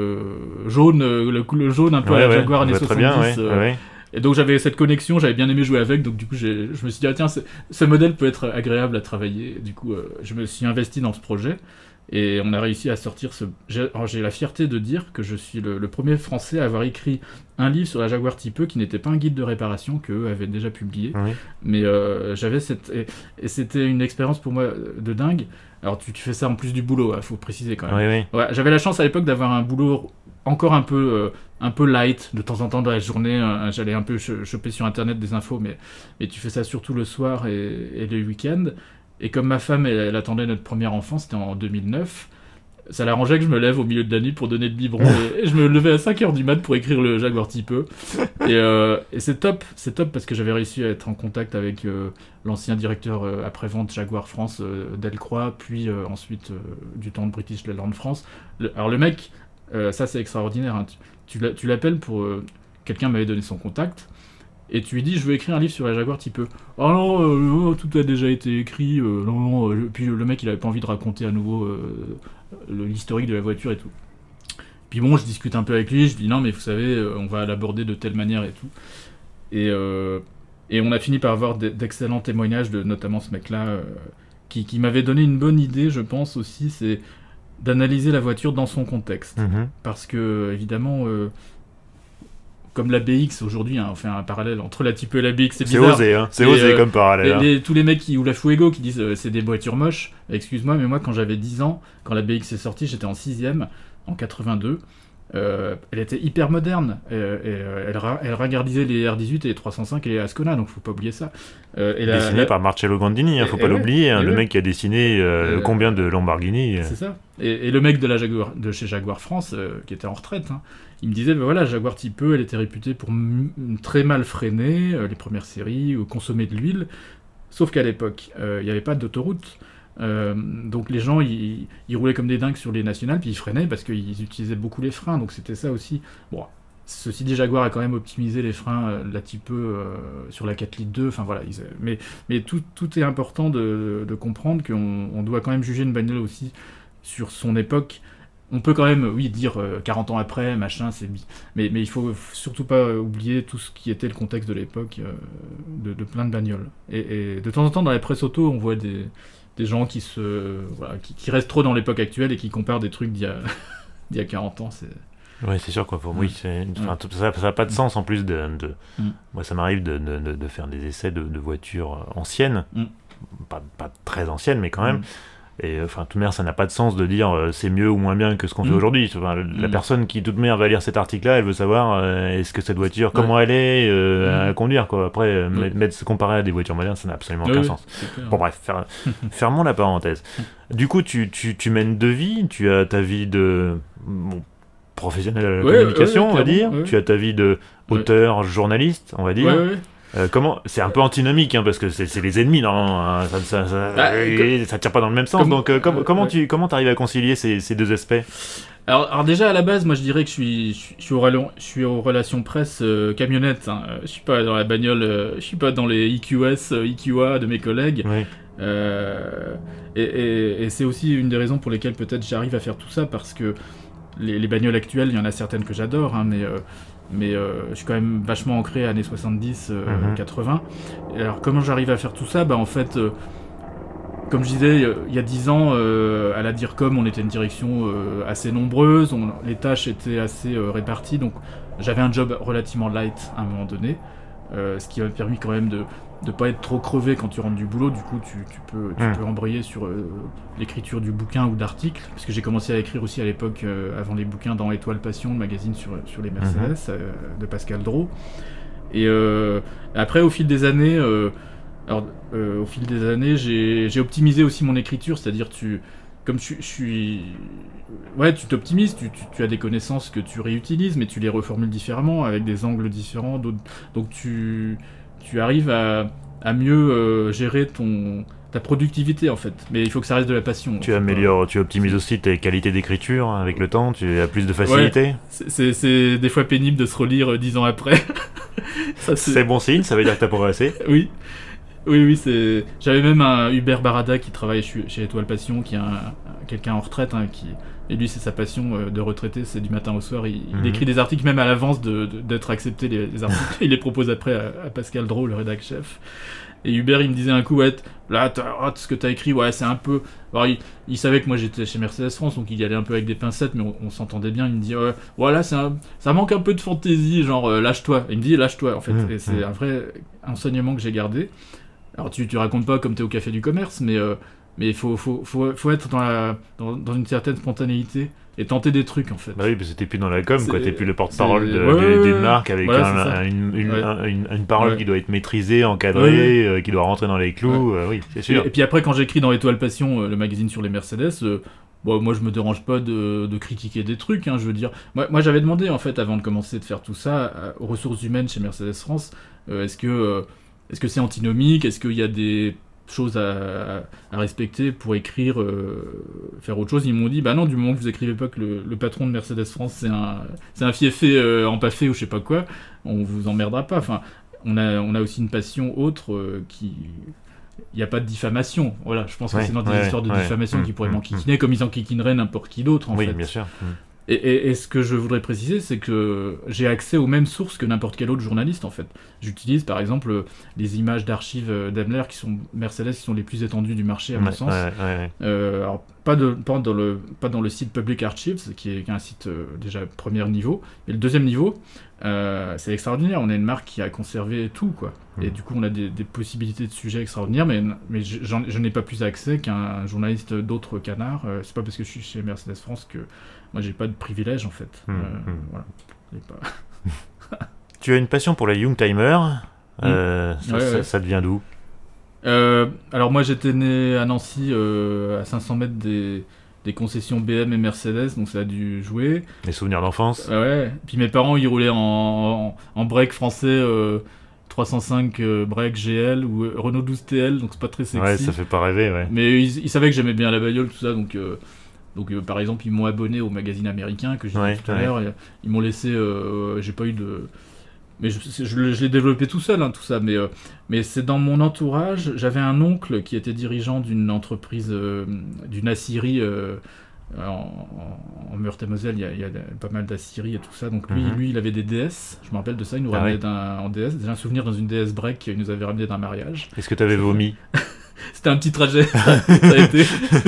jaune, le jaune un peu à la Jaguar années 70. Très bien, ouais. Et donc j'avais cette connexion, j'avais bien aimé jouer avec, donc du coup je me suis dit ah tiens, ce modèle peut être agréable à travailler. Et du coup je me suis investi dans ce projet. Et on a réussi à sortir j'ai la fierté de dire que je suis le premier Français à avoir écrit un livre sur la Jaguar type E qui n'était pas un guide de réparation qu'eux avaient déjà publié. Oui. Mais j'avais et c'était une expérience pour moi de dingue. Alors tu fais ça en plus du boulot, faut préciser quand même. Oui. Ouais, j'avais la chance à l'époque d'avoir un boulot encore un peu light, de temps en temps dans la journée, j'allais un peu choper sur internet des infos, mais tu fais ça surtout le soir et les week-ends. Et comme ma femme, elle attendait notre premier enfant, c'était en 2009, ça l'arrangeait que je me lève au milieu de la nuit pour donner le biberon, et je me levais à 5h du mat pour écrire le Jaguar type E. Et c'est top parce que j'avais réussi à être en contact avec l'ancien directeur après-vente Jaguar France, Delcroix, puis ensuite du temps de British Leyland France. Alors le mec, ça c'est extraordinaire, hein. Tu l'appelles pour... quelqu'un m'avait donné son contact, et tu lui dis je veux écrire un livre sur la Jaguar type E. Oh non, tout a déjà été écrit, non. Puis le mec il avait pas envie de raconter à nouveau l'historique de la voiture et tout. Puis bon, je discute un peu avec lui, je dis non mais vous savez, on va l'aborder de telle manière et tout. Et on a fini par avoir d'excellents témoignages de notamment ce mec-là qui m'avait donné une bonne idée, je pense aussi, c'est d'analyser la voiture dans son contexte. Parce que évidemment... comme la BX aujourd'hui, hein, on fait un parallèle entre la Type E et la BX, c'est bizarre. Osé, hein. C'est osé comme parallèle. Tous les mecs ou la Fuego qui disent c'est des voitures moches, excuse-moi, mais moi quand j'avais 10 ans, quand la BX est sortie, j'étais en 6ème, en 82, elle était hyper moderne, elle ringardisait les R18 et les 305 et les Ascona, donc faut pas oublier ça. Dessiné par Marcello Gandini, faut pas l'oublier, le mec qui a dessiné combien de Lamborghini. C'est ça. Et le mec de chez Jaguar France, qui était en retraite, hein, il me disait, voilà, Jaguar type E, elle était réputée pour très mal freiner, les premières séries, consommer de l'huile, sauf qu'à l'époque, il n'y avait pas d'autoroute, donc les gens, ils roulaient comme des dingues sur les nationales, puis ils freinaient parce qu'ils utilisaient beaucoup les freins, donc c'était ça aussi. Bon, ceci dit, Jaguar a quand même optimisé les freins de la type E sur la 4 litres 2, enfin voilà, mais tout est important de comprendre qu'on doit quand même juger une bagnole aussi sur son époque. On peut quand même, oui, dire 40 ans après, machin, mais il faut surtout pas oublier tout ce qui était le contexte de l'époque de plein de bagnoles. Et de temps en temps, dans la presse auto, on voit des gens qui restent trop dans l'époque actuelle et qui comparent des trucs d'il y a 40 ans. Oui, c'est sûr, quoi. Oui, ça n'a pas de sens en plus moi, ça m'arrive de faire des essais de voitures anciennes, pas très anciennes, mais quand même. Et enfin, toute manière, ça n'a pas de sens de dire c'est mieux ou moins bien que ce qu'on fait aujourd'hui. Enfin, la personne qui, toute manière, va lire cet article-là, elle veut savoir est-ce que cette voiture, comment elle est à conduire, quoi. Après, se comparer à des voitures modernes, ça n'a absolument aucun sens. Bon, bref, fermons la parenthèse. Du coup, tu mènes deux vies. Tu as ta vie de professionnel à la communication, on va dire. Tu as ta vie de auteur, journaliste, on va dire. Comment c'est un peu antinomique, hein, parce que c'est les ennemis, non, ça tire pas dans le même sens. Donc comment t'arrives à concilier ces deux aspects? Alors déjà à la base, moi je dirais que je suis aux relations presse camionnette. Hein. Je suis pas dans la bagnole, je suis pas dans les EQS, EQA de mes collègues. Et c'est aussi une des raisons pour lesquelles peut-être j'arrive à faire tout ça, parce que les bagnoles actuelles, il y en a certaines que j'adore, hein, mais je suis quand même vachement ancré années 70, 80. Et alors comment j'arrive à faire tout ça ? En fait, comme je disais, il y a 10 ans, à la DIRCOM, on était une direction assez nombreuse, les tâches étaient assez réparties, donc j'avais un job relativement light à un moment donné, ce qui m'a permis quand même de pas être trop crevé quand tu rentres du boulot. Du coup, tu peux embrayer sur l'écriture du bouquin ou d'articles, parce que j'ai commencé à écrire aussi à l'époque, avant les bouquins, dans Étoile Passion, le magazine sur les Mercedes, de Pascal Drault. Et après, au fil des années, j'ai optimisé aussi mon écriture, c'est-à-dire comme je suis... Ouais, tu t'optimises, tu as des connaissances que tu réutilises, mais tu les reformules différemment, avec des angles différents, donc tu arrives à mieux gérer ta productivité, en fait. Mais il faut que ça reste de la passion. Tu améliores, tu optimises aussi tes qualités d'écriture avec le temps, tu as plus de facilité. Ouais, c'est des fois pénible de se relire 10 ans après. C'est bon signe, ça veut dire que t'as progressé. Oui. Oui, j'avais même un Hubert Barada qui travaille chez Étoile Passion, qui est quelqu'un en retraite, hein, et lui, c'est sa passion de retraité, c'est du matin au soir. Il écrit des articles même à l'avance d'être accepté, les articles. Il les propose après à Pascal Drault, le rédac chef. Et Hubert, il me disait un coup, ouais, là, ce que t'as écrit, ouais, c'est un peu... Alors, il savait que moi, j'étais chez Mercedes France, donc il y allait un peu avec des pincettes, mais on s'entendait bien. Il me dit, ouais, voilà, ça manque un peu de fantaisie, genre, lâche-toi. Il me dit, lâche-toi, en fait. Et c'est un vrai enseignement que j'ai gardé. Alors, tu racontes pas comme t'es au café du commerce, mais il faut être dans une certaine spontanéité et tenter des trucs, en fait. Bah oui, parce que t'es plus dans la com, quoi. T'es plus le porte-parole d'une marque avec une parole qui doit être maîtrisée, encadrée, qui doit rentrer dans les clous. Oui, c'est sûr. Et puis après, quand j'écris dans Étoile Passion, le magazine sur les Mercedes, moi je me dérange pas de critiquer des trucs, hein, je veux dire. Moi j'avais demandé, en fait, avant de commencer de faire tout ça, aux ressources humaines chez Mercedes France, est-ce que c'est antinomique ? Est-ce qu'il y a des choses à respecter pour écrire, faire autre chose ? Ils m'ont dit, bah non, du moment que vous écrivez pas que le patron de Mercedes France c'est un fiefé empaffé ou je sais pas quoi, on vous emmerdera pas. Enfin, on a aussi une passion autre qui... Il n'y a pas de diffamation. Voilà, je pense que c'est dans des histoires de diffamation qui pourraient m'enquiquiner, comme ils enquiquineraient n'importe qui d'autre, en fait. Oui, bien sûr. Et ce que je voudrais préciser, c'est que j'ai accès aux mêmes sources que n'importe quel autre journaliste, en fait. J'utilise, par exemple, les images d'archives Daimler, Mercedes, qui sont les plus étendues du marché, à mon sens. Alors, pas dans le site Public Archives, qui est un site déjà premier niveau, mais le deuxième niveau, c'est extraordinaire. On a une marque qui a conservé tout, quoi. Et du coup, on a des possibilités de sujets extraordinaires, mais je n'ai pas plus accès qu'un journaliste d'autres canards. C'est pas parce que je suis chez Mercedes France que moi j'ai pas de privilège, en fait. Voilà. Tu as une passion pour les Youngtimer. Ça devient d'où ? Alors moi j'étais né à Nancy, à 500 mètres des concessions BM et Mercedes, donc ça a dû jouer. Les souvenirs d'enfance. Ouais. Puis mes parents, ils roulaient en break français, 305 break GL ou Renault 12 TL, donc c'est pas très sexy. Ouais, ça fait pas rêver, ouais. Mais ils savaient que j'aimais bien la bagnole, tout ça, donc par exemple, ils m'ont abonné au magazine américain que j'ai dit tout à l'heure. Ils m'ont laissé, j'ai pas eu de... Mais je l'ai développé tout seul, hein, tout ça. Mais c'est dans mon entourage. J'avais un oncle qui était dirigeant d'une entreprise, d'une aciérie en Meurthe-et-Moselle. Il y a pas mal d'aciéries et tout ça. Donc lui, il avait des DS. Je me rappelle de ça. Il nous ramenait en DS. J'ai un souvenir dans une DS break qu'il nous avait ramené d'un mariage. Est-ce que tu avais vomi ? C'était un petit trajet, ça a été.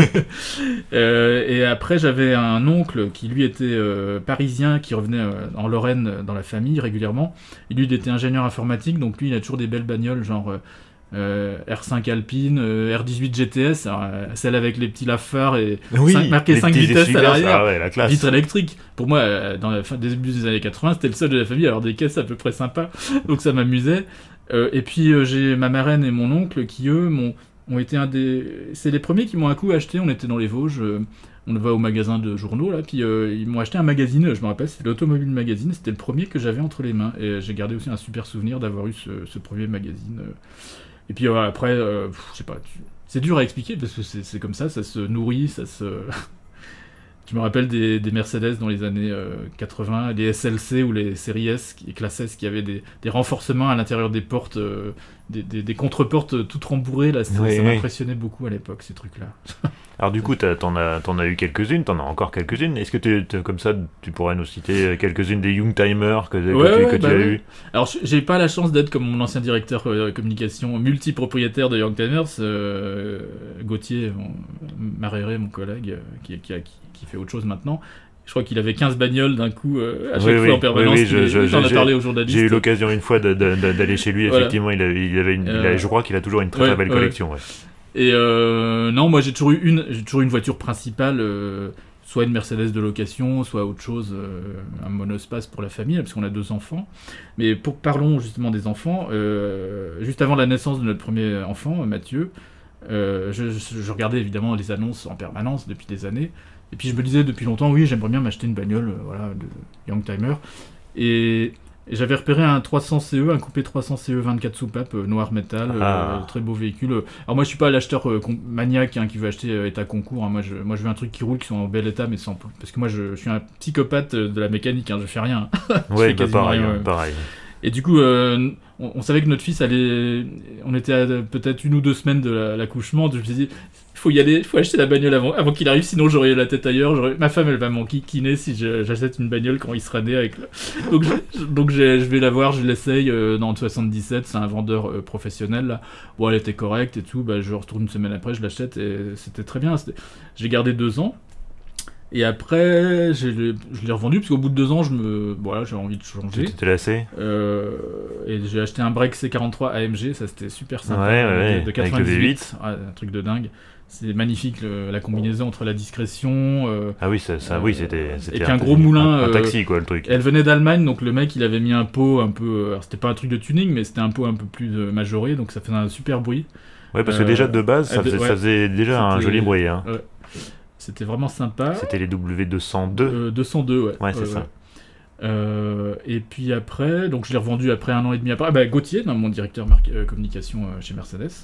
Et après, j'avais un oncle qui, lui, était parisien, qui revenait en Lorraine dans la famille régulièrement. Et lui, il était ingénieur informatique, donc lui, il a toujours des belles bagnoles, genre R5 Alpine, R18 GTS, alors, celle avec les petits lafards et marqué 5 vitesses à l'arrière, vitre électrique. Pour moi, dans la fin début des années 80, c'était le seul de la famille, alors des caisses à peu près sympas, donc ça m'amusait. Et puis, j'ai ma marraine et mon oncle qui, eux, ont été c'est les premiers qui m'ont un coup acheté. On était dans les Vosges, on va au magasin de journaux là, puis ils m'ont acheté un magazine, je me rappelle, c'était l'Automobile Magazine, c'était le premier que j'avais entre les mains, et j'ai gardé aussi un super souvenir d'avoir eu ce premier magazine. Et puis après, je sais pas, c'est dur à expliquer parce que c'est comme ça se nourrit, Je me rappelle des Mercedes dans les années 80, les SLC ou les séries S, classe S, qui avaient des renforcements à l'intérieur des portes, des contre-portes toutes rembourrées. Là, ça m'impressionnait beaucoup à l'époque, ces trucs-là. Alors du coup, t'en as eu quelques-unes, t'en as encore quelques-unes. Est-ce que comme ça, tu pourrais nous citer quelques-unes des Youngtimer que tu as eu? Alors, j'ai pas la chance d'être comme mon ancien directeur communication multipropriétaire de Youngtimers, Gauthier Maréré, mon collègue, qui fait autre chose maintenant. Je crois qu'il avait 15 bagnoles d'un coup à chaque fois en permanence. J'en ai parlé au journaliste. J'ai eu l'occasion une fois d'aller chez lui. Voilà. Effectivement, je crois qu'il a toujours une très belle collection. Ouais. Et non, moi j'ai toujours eu une voiture principale, soit une Mercedes de location, soit autre chose, un monospace pour la famille, parce qu'on a 2 enfants. Mais parlons justement des enfants. Juste avant la naissance de notre premier enfant, Mathieu, je regardais évidemment les annonces en permanence depuis des années. Et puis je me disais depuis longtemps, oui, j'aimerais bien m'acheter une bagnole de Youngtimer. Et j'avais repéré un 300 CE, un coupé 300 CE 24 soupapes, noir métal, très beau véhicule. Alors moi je suis pas l'acheteur maniaque qui veut acheter état concours. Hein. Moi je veux un truc qui roule, qui soit en bel état, mais sans... Parce que moi je suis un psychopathe de la mécanique, je fais rien. Ouais, pareil. Et du coup, on savait que notre fils allait... On était à peut-être 1 ou 2 semaines de l'accouchement. Je me suis dit, il faut y aller, il faut acheter la bagnole avant qu'il arrive, sinon j'aurais la tête ailleurs. Ma femme, elle va m'enquiquiner si j'achète une bagnole quand il sera né. Donc je vais la voir, je l'essaye dans le 77. C'est un vendeur professionnel. Là. Bon, elle était correcte et tout. Je retourne une semaine après, je l'achète et c'était très bien. J'ai gardé 2 ans. Et après, je l'ai revendu parce qu'au bout de 2 ans, j'avais envie de changer. Tu t'es lassé. Et j'ai acheté un break C43 AMG, ça c'était super sympa. De 98, un truc de dingue. C'est magnifique la combinaison entre la discrétion. C'était. Et puis un gros moulin. Un taxi quoi, le truc. Elle venait d'Allemagne, donc le mec il avait mis un pot un peu. Alors c'était pas un truc de tuning, mais c'était un pot un peu plus majoré, donc ça faisait un super bruit. Ouais, parce que déjà de base, ça faisait déjà un joli bruit. Hein. Ouais. C'était vraiment sympa. C'était les W202. 202, ouais. Ouais, c'est ça. Et puis après, donc je l'ai revendu après 1 an et demi après. Gauthier, mon directeur communication chez Mercedes,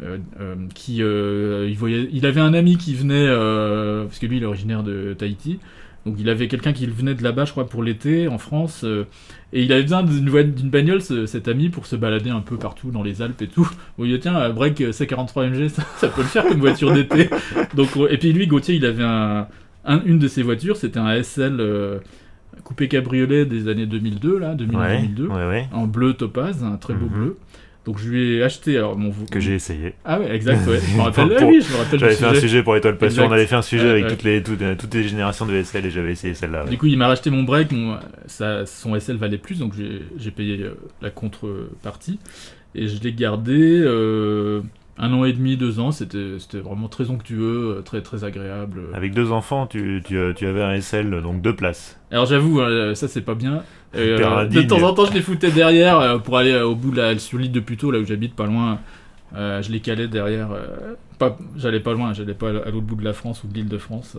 il avait un ami qui venait, parce que lui il est originaire de Tahiti, donc il avait quelqu'un qui venait de là-bas, je crois, pour l'été en France, et il avait besoin d'une bagnole, cet ami, pour se balader un peu partout dans les Alpes et tout. Bon, il dit tiens, break C43 MG, ça peut le faire comme voiture d'été. Donc, et puis lui, Gauthier, il avait une de ses voitures, c'était un SL coupé cabriolet des années 2002, là, 2002, en bleu topaz, un très beau bleu. Donc je lui ai acheté que j'ai essayé. Ah ouais, exact, ouais. Je me rappelle. J'avais fait un sujet pour Étoile Passion, on avait fait un sujet avec toutes les générations de SL et j'avais essayé celle-là. Ouais. Du coup, il m'a racheté mon break, son SL valait plus, donc j'ai payé la contrepartie et je l'ai gardé 1 an et demi, 2 ans, c'était vraiment très onctueux, très très agréable. Avec 2 enfants, tu avais un SL, donc 2 places. Alors j'avoue, ça c'est pas bien. De temps en temps, je les foutais derrière pour aller au bout sur l'île de Puteaux, là où j'habite, pas loin. Je les calais derrière. J'allais pas loin, j'allais pas à l'autre bout de la France ou de l'île de France.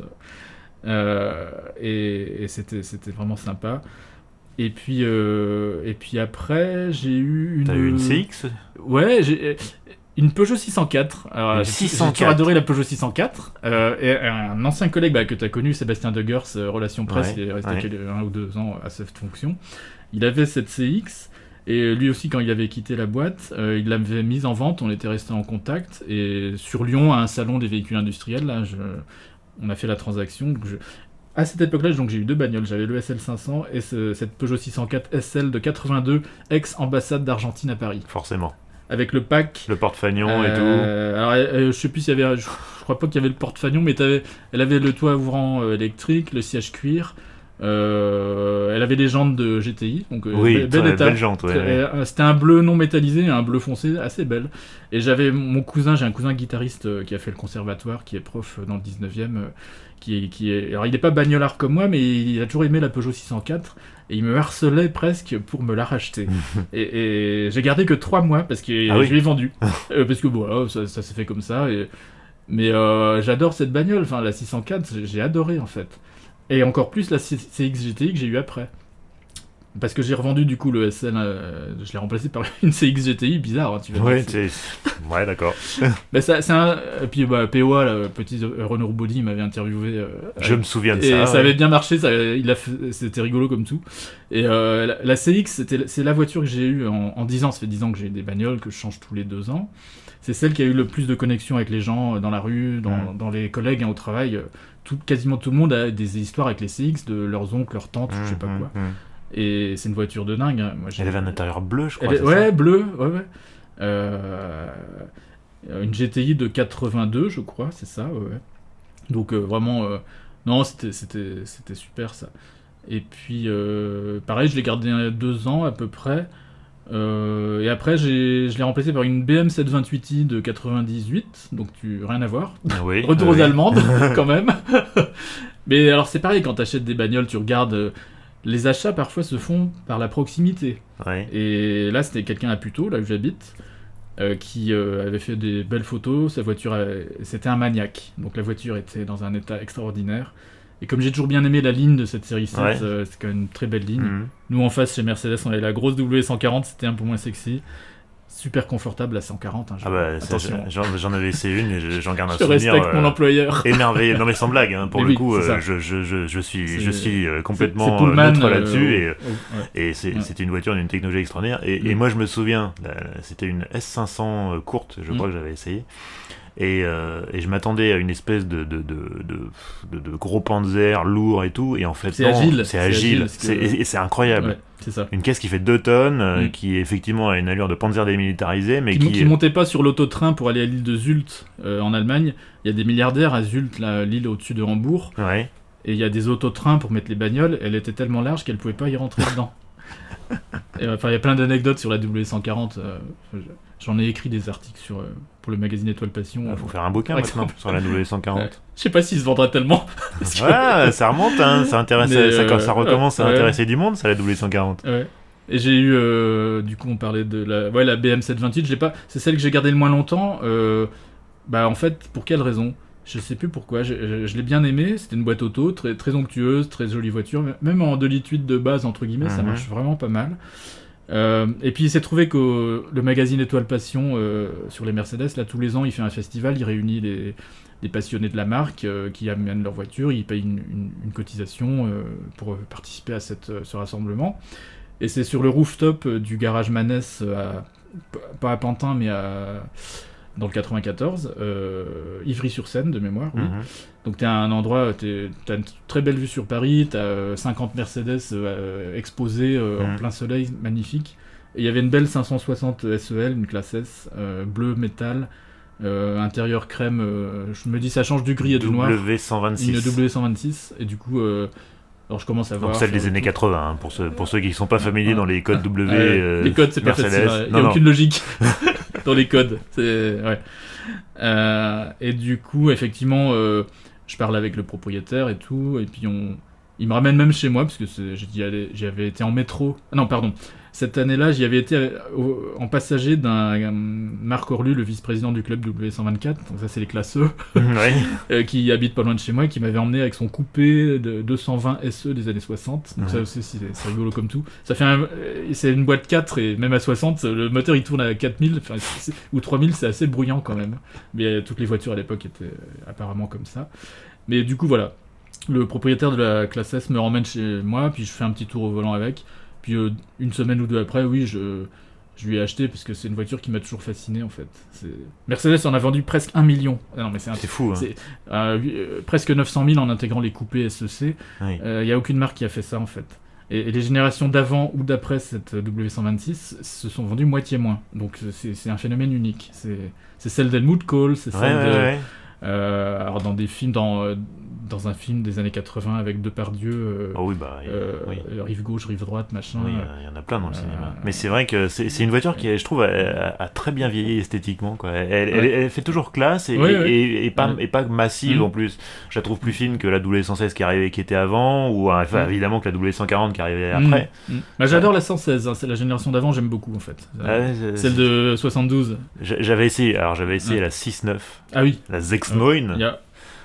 Et c'était vraiment sympa. Et puis après, j'ai eu T'as eu une CX ? Ouais, j'ai une Peugeot 604. Alors, j'ai toujours adoré la Peugeot 604. Et un ancien collègue que tu as connu, Sébastien Degers, Relations Presse, il est resté 1 ou 2 ans à cette fonction. Il avait cette CX. Et lui aussi, quand il avait quitté la boîte, il l'avait mise en vente. On était restés en contact. Et sur Lyon, à un salon des véhicules industriels, là, on a fait la transaction. À cette époque-là, donc, j'ai eu 2 bagnoles. J'avais le SL 500 et cette Peugeot 604 SL de 82, ex-ambassade d'Argentine à Paris. Forcément. Avec le pack. Le porte-fagnon et tout. Alors, je sais plus s'il y avait. Je crois pas qu'il y avait le porte-fagnon, mais elle avait le toit ouvrant électrique, le siège cuir. Elle avait des jantes de GTI, donc bel état. Belle jante, ouais. C'était un bleu non métallisé, un bleu foncé assez belle. Et j'avais j'ai un cousin guitariste qui a fait le conservatoire, qui est prof dans le 19e, alors il est pas bagnolard comme moi, mais il a toujours aimé la Peugeot 604 et il me harcelait presque pour me la racheter. et j'ai gardé que 3 mois parce que je l'ai vendu. Parce que bon, ça s'est fait comme ça. Mais j'adore cette bagnole, enfin la 604, j'ai adoré en fait. Et encore plus la CX GTI que j'ai eu après. Parce que j'ai revendu du coup le SL, je l'ai remplacé par une CX GTI, bizarre, hein, tu vas Ouais, dire. ouais, d'accord. Mais ça, c'est un... Et puis POA, le petit Renaud Body, il m'avait interviewé. Je me souviens de et ça. ça avait bien marché, c'était rigolo comme tout. Et la CX, c'est la voiture que j'ai eue en 10 ans. Ça fait 10 ans que j'ai des bagnoles que je change tous les 2 ans. C'est celle qui a eu le plus de connexion avec les gens dans la rue, dans les collègues, au travail. Quasiment tout le monde a des histoires avec les CX, de leurs oncles, leurs tantes, je sais pas quoi. Et c'est une voiture de dingue. Moi, elle avait un intérieur bleu, je crois. Ouais, bleu, ouais. Une GTI de 82, je crois, c'est ça, ouais. Donc vraiment, non, c'était super ça. Et puis, pareil, je l'ai gardé 2 ans à peu près. Et après, je l'ai remplacé par une BM 728i de 98, donc rien à voir. Oui, Retour aux Allemandes, quand même. Mais alors, c'est pareil, quand t'achètes des bagnoles, tu regardes. Les achats parfois se font par la proximité. Ouais. Et là, c'était quelqu'un à Puteaux, là où j'habite, qui avait fait des belles photos. Sa voiture, c'était un maniaque. Donc la voiture était dans un état extraordinaire. Et comme j'ai toujours bien aimé la ligne de cette série 7, c'est quand même une très belle ligne. Nous, en face, chez Mercedes, on avait la grosse W140, c'était un peu moins sexy. Super confortable, la 140. Hein, attention. J'en avais essayé une et j'en garde un souvenir. Je respecte mon employeur. Émerveillé. Non mais sans blague, hein, pour le coup, je suis complètement neutre là-dessus. Et c'était une voiture d'une technologie extraordinaire. Et moi je me souviens, c'était une S500 courte, je crois que j'avais essayé. Et je m'attendais à une espèce de gros Panzer lourd et tout, et en fait c'est agile, et c'est incroyable. Ouais, c'est ça. Une caisse qui fait 2 tonnes, qui effectivement a une allure de Panzer démilitarisé, mais qui montait pas sur l'autotrain pour aller à l'île de Zult en Allemagne. Il y a des milliardaires à Zult, l'île au-dessus de Hambourg, et il y a des autotrains pour mettre les bagnoles. Elle était tellement large qu'elle pouvait pas y rentrer dedans. Il y a plein d'anecdotes sur la W140. J'en ai écrit des articles pour le magazine Étoile Passion. Il faut faire un bouquin maintenant sur la W140. Je sais pas s'il se vendra tellement. Ça remonte, hein, ça recommence à intéresser du monde, ça, la W140. Ouais. Et j'ai eu, du coup, on parlait de la BM 728. C'est celle que j'ai gardée le moins longtemps. En fait, pour quelle raison ? Je sais plus pourquoi, je l'ai bien aimé, c'était une boîte auto, très, très onctueuse, très jolie voiture, même en 2,8 litres de base, entre guillemets, ça marche vraiment pas mal. Et puis il s'est trouvé que le magazine Étoile Passion sur les Mercedes, là tous les ans il fait un festival, il réunit les passionnés de la marque qui amènent leur voiture, ils payent une cotisation pour participer à ce rassemblement. Et c'est sur le rooftop du garage Manès, pas à Pantin mais dans le 94, Ivry-sur-Seine de mémoire, oui. Donc t'es à un endroit, t'as une très belle vue sur Paris, t'as 50 Mercedes exposées en plein soleil, magnifique. Et il y avait une belle 560 SEL, une classe S, bleu métal, intérieur crème, je me dis ça change du gris et du noir. W126. Une W126, et du coup... alors je commence à voir... Donc celle des années 80, hein, pour ceux qui ne sont pas familiers dans les codes W, les codes, c'est pas Mercedes. facile, il n'y a aucune logique dans les codes. Et du coup, effectivement, je parle avec le propriétaire et tout, et puis il me ramène même chez moi, parce que j'y avais été en métro... Non, pardon. Cette année-là, j'y avais été en passager d'un Marc Orlu, le vice-président du club W124, donc ça c'est les classeux, qui habite pas loin de chez moi, qui m'avait emmené avec son coupé de 220 SE des années 60. Donc ça aussi c'est rigolo comme tout. C'est une boîte 4 et même à 60, le moteur il tourne à 4000 ou 3000, c'est assez bruyant quand même. Mais toutes les voitures à l'époque étaient apparemment comme ça. Mais du coup voilà, le propriétaire de la classe S me ramène chez moi, puis je fais un petit tour au volant avec. Puis une semaine ou deux après, oui, je lui ai acheté parce que c'est une voiture qui m'a toujours fasciné en fait. Mercedes en a vendu presque 1 million. Ah non, mais c'est fou. Hein. Presque 900 000 en intégrant les coupés SEC. Il n'y a aucune marque qui a fait ça en fait. Et les générations d'avant ou d'après cette W126 se sont vendues moitié moins. Donc c'est un phénomène unique. C'est celle d'Helmut Kohl, c'est celle de... alors dans des films, dans un film des années 80 avec Depardieu, rive gauche, rive droite, machin. Oui, il y en a plein dans le cinéma. Mais c'est vrai que c'est une voiture qui, je trouve, a très bien vieilli esthétiquement, quoi. Elle fait toujours classe et pas massive en plus. Je la trouve plus fine que la W116 qui était avant, ou évidemment que la W140 qui arrivait après. J'adore la 116, hein, c'est la génération d'avant, j'aime beaucoup en fait. Celle de 72. J'avais essayé la 6.9. Ah oui. La Zexmoin.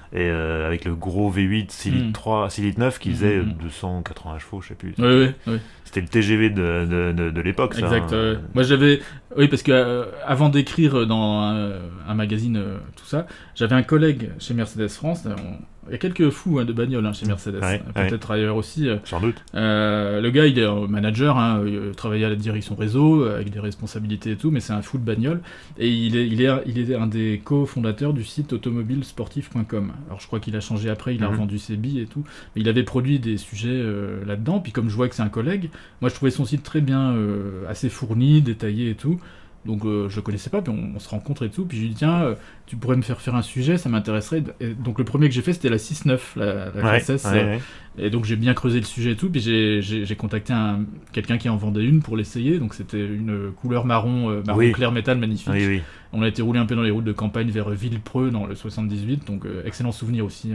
et avec le gros V8 6 litres 3, 6 litres 9 qui faisait 280 chevaux, je sais plus. Oui. C'était le TGV de l'époque, ça. Exact. Moi, oui, parce que avant d'écrire dans un magazine, tout ça, j'avais un collègue chez Mercedes France. Il y a quelques fous de bagnole chez Mercedes, peut-être ailleurs aussi. Sans doute. Le gars, il est manager, il travaillait à la direction réseau, avec des responsabilités et tout, mais c'est un fou de bagnole. Et il est un des cofondateurs du site automobilesportif.com. Alors je crois qu'il a changé après, il a revendu ses billes et tout. Mais il avait produit des sujets là-dedans, puis comme je vois que c'est un collègue, moi je trouvais son site très bien, assez fourni, détaillé et tout. Donc je le connaissais pas, puis on se rencontre et tout, puis je lui dis tiens, tu pourrais me faire un sujet, ça m'intéresserait. Et donc le premier que j'ai fait c'était la 6.9, la classe S, et donc j'ai bien creusé le sujet et tout, puis j'ai contacté quelqu'un qui en vendait une pour l'essayer, donc c'était une couleur marron clair métal magnifique. Oui. On a été roulé un peu dans les routes de campagne vers Villepreux dans le 78, donc excellent souvenir aussi.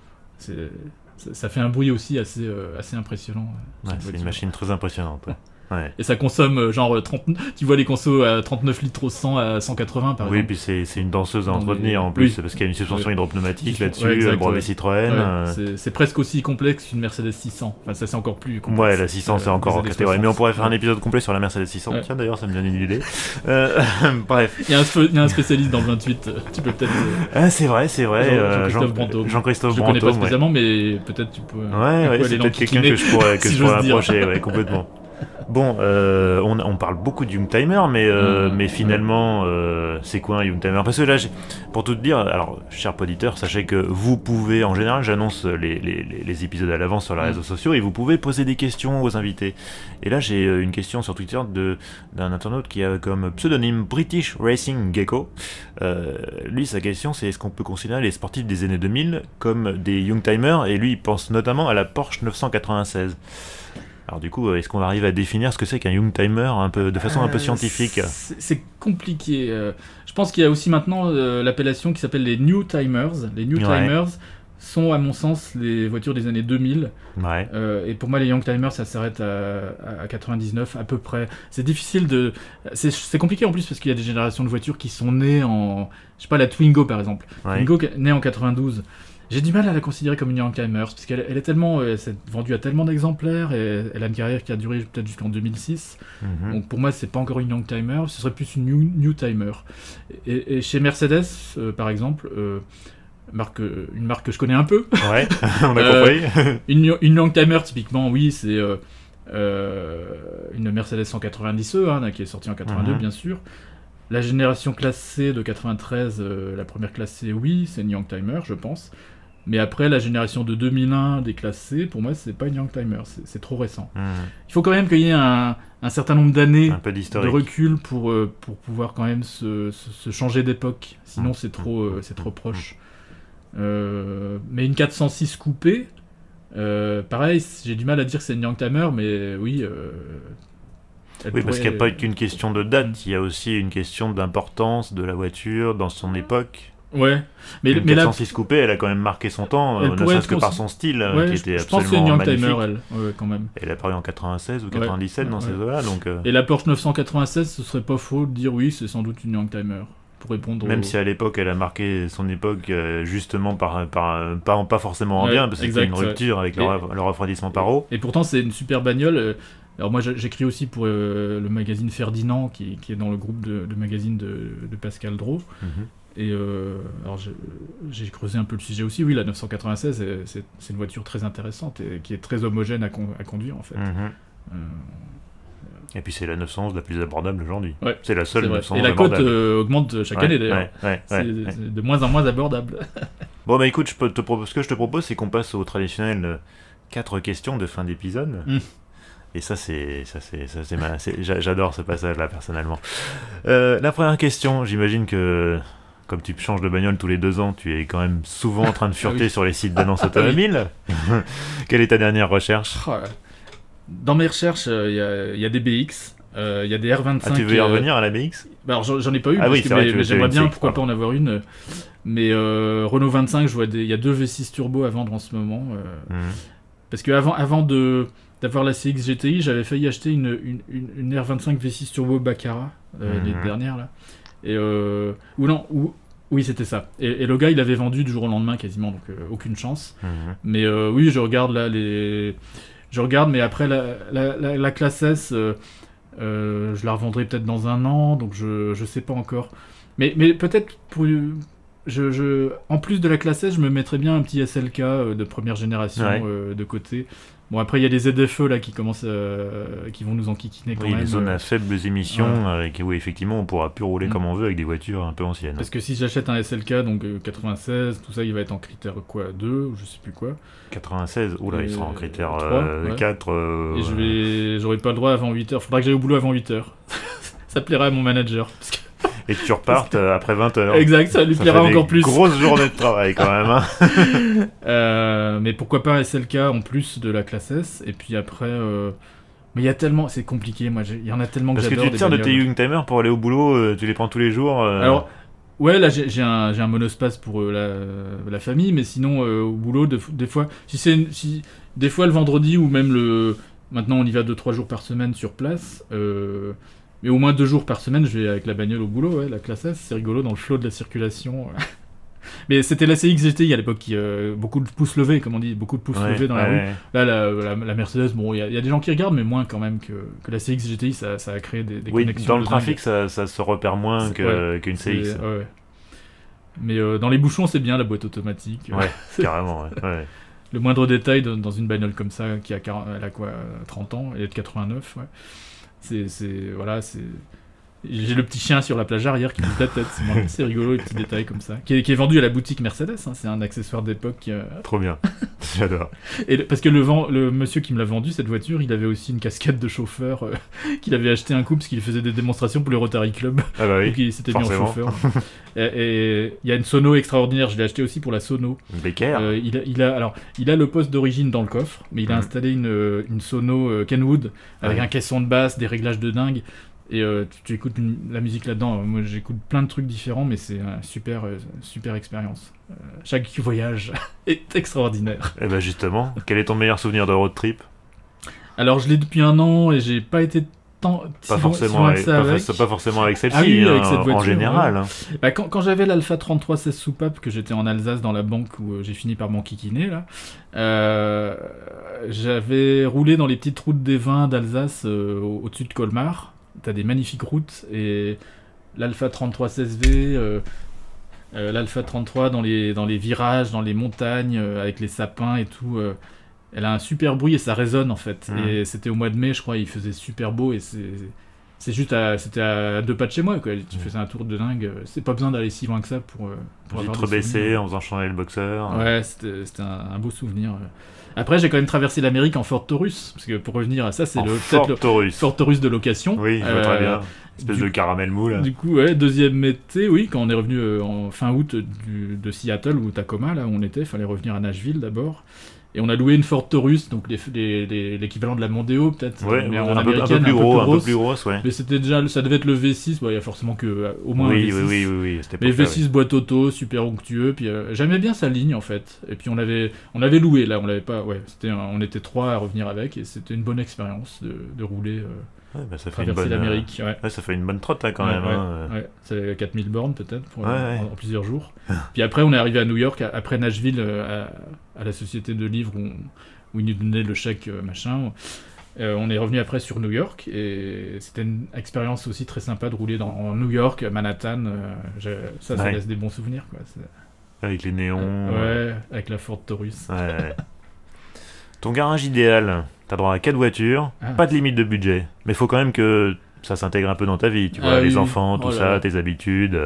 Ça fait un bruit aussi assez impressionnant. C'est une machine très impressionnante. Ouais. Et ça consomme genre 30, tu vois les consos à 39 litres au 100 à 180 par exemple. Oui, puis c'est une danseuse à entretenir en plus, parce qu'il y a une suspension hydropneumatique là-dessus, brevet Citroën. C'est presque aussi complexe qu'une Mercedes 600. Enfin, ça c'est encore plus complexe. Ouais, la 600 c'est encore en catégorie. Mais on pourrait faire un épisode complet sur la Mercedes 600. Tiens, d'ailleurs, ça me donne une idée. Bref. Il y a un spécialiste dans le 28, tu peux peut-être. C'est vrai. Jean-Christophe Brantôme. Je ne connais pas spécialement, mais peut-être tu peux. Ouais, c'est peut-être quelqu'un que je pourrais approcher, complètement. Bon, on parle beaucoup du Youngtimer, mais finalement, c'est quoi un Youngtimer ? Parce que là, pour tout te dire, alors, cher auditeur, sachez que vous pouvez, en général, j'annonce les épisodes à l'avance sur les réseaux sociaux, et vous pouvez poser des questions aux invités. Et là, j'ai une question sur Twitter d'un internaute qui a comme pseudonyme British Racing Gecko. Lui, sa question, c'est est-ce qu'on peut considérer les sportifs des années 2000 comme des Youngtimers ? Et lui, il pense notamment à la Porsche 996. Alors du coup, est-ce qu'on arrive à définir ce que c'est qu'un Youngtimer de façon un peu scientifique ? C'est compliqué. Je pense qu'il y a aussi maintenant l'appellation qui s'appelle les Newtimers. Les Newtimers sont, à mon sens, les voitures des années 2000. Ouais. Et pour moi, les Youngtimers, ça s'arrête à 99 à peu près. C'est difficile de... C'est compliqué en plus parce qu'il y a des générations de voitures qui sont nées en... Je sais pas, la Twingo par exemple. Twingo née en 92. J'ai du mal à la considérer comme une Youngtimer, parce qu'elle est tellement, elle s'est vendue à tellement d'exemplaires, et elle a une carrière qui a duré peut-être jusqu'en 2006. Donc pour moi, c'est pas encore une Youngtimer, ce serait plus une Newtimer. Et chez Mercedes, par exemple, une marque que je connais un peu. Ouais, on a compris. Une Youngtimer, typiquement, oui, c'est une Mercedes 190E, qui est sortie en 82, bien sûr. La génération classe C de 93, la première classe C, oui, c'est une Youngtimer, je pense. Mais après, la génération de 2001 des classes C, pour moi, c'est pas une Youngtimer, c'est trop récent. Il faut quand même qu'il y ait un certain nombre d'années de recul pour pouvoir quand même se changer d'époque. Sinon, c'est trop proche. Mais une 406 coupée, pareil, j'ai du mal à dire que c'est une Youngtimer, mais oui... parce qu'il n'y a pas qu'une question de date, il y a aussi une question d'importance de la voiture dans son époque. Ouais, mais la 406 coupée, elle a quand même marqué son temps, ne serait-ce que par son style, qui était absolument magnifique. Je pense que c'est une Youngtimer, elle, quand même. Elle est apparue en 96 ou 97 dans ces eaux-là, donc... Et la Porsche 996, ce serait pas faux de dire oui, c'est sans doute une Youngtimer. Pour répondre même si à l'époque elle a marqué son époque justement pas forcément en bien, parce que c'était une rupture avec le refroidissement par eau. Et pourtant c'est une super bagnole. Alors moi j'écris aussi pour le magazine Ferdinand qui est dans le groupe de magazine de Pascal Drault. Et alors j'ai creusé un peu le sujet aussi. Oui, la 996 c'est une voiture très intéressante et qui est très homogène à conduire en fait. Et puis c'est la 911 la plus abordable aujourd'hui. Ouais, c'est la seule 911 abordable. Et la cote augmente chaque année d'ailleurs. C'est de moins en moins abordable. Bon bah écoute, ce que je te propose, c'est qu'on passe aux traditionnelles 4 questions de fin d'épisode. Et j'adore ce passage-là personnellement. La première question, j'imagine que comme tu changes de bagnole tous les 2 ans, tu es quand même souvent en train de fureter sur les sites d'annonces automobiles. Quelle est ta dernière recherche ? Dans mes recherches, il y a des BX, il y a des R25. Ah, tu veux y revenir à la BX ? Alors j'en ai pas eu, mais j'aimerais bien, pourquoi pas en avoir une. Mais Renault 25, je vois il y a 2 V6 turbo à vendre en ce moment. Parce que avant d'avoir la CX GTI, j'avais failli acheter une R25 V6 turbo Baccarat, les dernières là. Et Oui, c'était ça. Et le gars, il avait vendu du jour au lendemain quasiment, donc aucune chance. Mais oui, je regarde là Je regarde, mais après la classe S, je la revendrai peut-être dans 1 an, donc je sais pas encore. Mais peut-être en plus de la classe S, je me mettrais bien un petit SLK de première génération de côté. Bon, après, il y a les ZFE là qui commencent, qui vont nous enquiquiner quand même. Oui, les zones à faibles émissions, où effectivement on pourra plus rouler comme on veut avec des voitures un peu anciennes. Parce que si j'achète un SLK, donc 96, tout ça, il va être en critère quoi, 2, ou je sais plus quoi. 96, oula, il sera en critère 3, 4. Et j'aurai pas le droit avant 8h. Faudra que j'aille au boulot avant 8h. Ça plairait à mon manager. Parce que... Et que tu repartes après 20h. Exact, ça lui plaira encore plus. Grosse journée de travail quand même. Mais pourquoi pas un SLK en plus de la classe S. Et puis après, mais il y a tellement, c'est compliqué. Moi, il y en a tellement que j'adore. Parce que tu te sers de tes Youngtimer pour aller au boulot, tu les prends tous les jours. Alors, ouais, là j'ai un monospace pour la famille, mais sinon au boulot, des fois, des fois le vendredi ou même maintenant on y va 2-3 jours par semaine sur place. Mais au moins 2 jours par semaine, je vais avec la bagnole au boulot, la classe S, c'est rigolo dans le flot de la circulation. Mais c'était la CX GTI à l'époque, beaucoup de pouces levés, comme on dit, beaucoup de pouces levés dans la rue. Là, la Mercedes, bon, il y a des gens qui regardent, mais moins quand même que la CX GTI, ça a créé des connexions. Dans le trafic, ça se repère moins qu'une CX. Mais dans les bouchons, c'est bien la boîte automatique. Ouais, carrément, ouais. Le moindre détail dans une bagnole comme ça, elle a quoi, 30 ans, elle est de 89, ouais. J'ai le petit chien sur la plage arrière qui bouge la tête, c'est rigolo, les petits détails comme ça. Qui est vendu à la boutique Mercedes, c'est un accessoire d'époque. Trop bien, j'adore. Et parce que le monsieur qui me l'a vendu, cette voiture, il avait aussi une casquette de chauffeur qu'il avait acheté un coup parce qu'il faisait des démonstrations pour le Rotary Club. Ah bah oui, donc il s'était mis en chauffeur. Et il y a une sono extraordinaire, je l'ai acheté aussi pour la sono. Une Becker. Il a le poste d'origine dans le coffre, mais il a installé une sono Kenwood avec un caisson de basse, des réglages de dingue. Et tu écoutes la musique là-dedans. Moi, j'écoute plein de trucs différents, mais c'est une super expérience. Chaque voyage est extraordinaire. Et ben justement, quel est ton meilleur souvenir de road trip ? Alors, je l'ai depuis 1 an et j'ai pas été pas forcément avec celle-ci, avec cette voiture, en général. Ouais. Bah, quand j'avais l'Alpha 33 16 soupape, que j'étais en Alsace dans la banque où j'ai fini par m'enquiquiner, là, j'avais roulé dans les petites routes des vins d'Alsace au-dessus de Colmar. T'as des magnifiques routes, et l'Alpha 33 16V, l'Alpha 33 dans les virages, dans les montagnes, avec les sapins et tout, elle a un super bruit et ça résonne en fait. Et c'était au mois de mai, je crois, il faisait super beau, et c'était à 2 pas de chez moi, quoi. Tu faisais un tour de dingue, c'est pas besoin d'aller si loin que ça pour avoir des souvenirs. En faisant changer le boxeur. Ouais, c'était un beau souvenir. Après, j'ai quand même traversé l'Amérique en Ford Taurus, parce que pour revenir à ça, c'est peut-être le Ford Taurus de location. Oui, je vois très bien. Espèce de caramel mou, là. Du coup, ouais, deuxième été, oui, quand on est revenu en fin août de Seattle ou Tacoma, là où on était, il fallait revenir à Nashville d'abord. Et on a loué une Ford Taurus, donc l'équivalent de la Mondeo, peut-être. Ouais, mais un peu plus grosse, ouais. Mais c'était déjà, ça devait être le V6, il y a forcément au moins un V6. Oui, c'était mais V6 boîte auto, super onctueux, puis j'aimais bien sa ligne en fait. Et puis on avait loué, là, on l'avait pas, ouais, on était 3 à revenir avec, et c'était une bonne expérience de rouler. Ça fait traverser l'Amérique. Ouais, ça fait une bonne trotte quand même. Ouais, c'est 4000 bornes peut-être en plusieurs jours. Puis après, on est arrivé à New York, après Nashville, à la société de livres où ils nous donnaient le chèque machin. On est revenu après sur New York, et c'était une expérience aussi très sympa de rouler en New York, Manhattan. Ça laisse des bons souvenirs, quoi. Avec les néons. Ouais, avec la Ford Taurus. Ouais. Ton garage idéal, t'as droit à 4 voitures, pas de limite de budget, mais faut quand même que ça s'intègre un peu dans ta vie, tu vois, les enfants, tout ça, tes habitudes.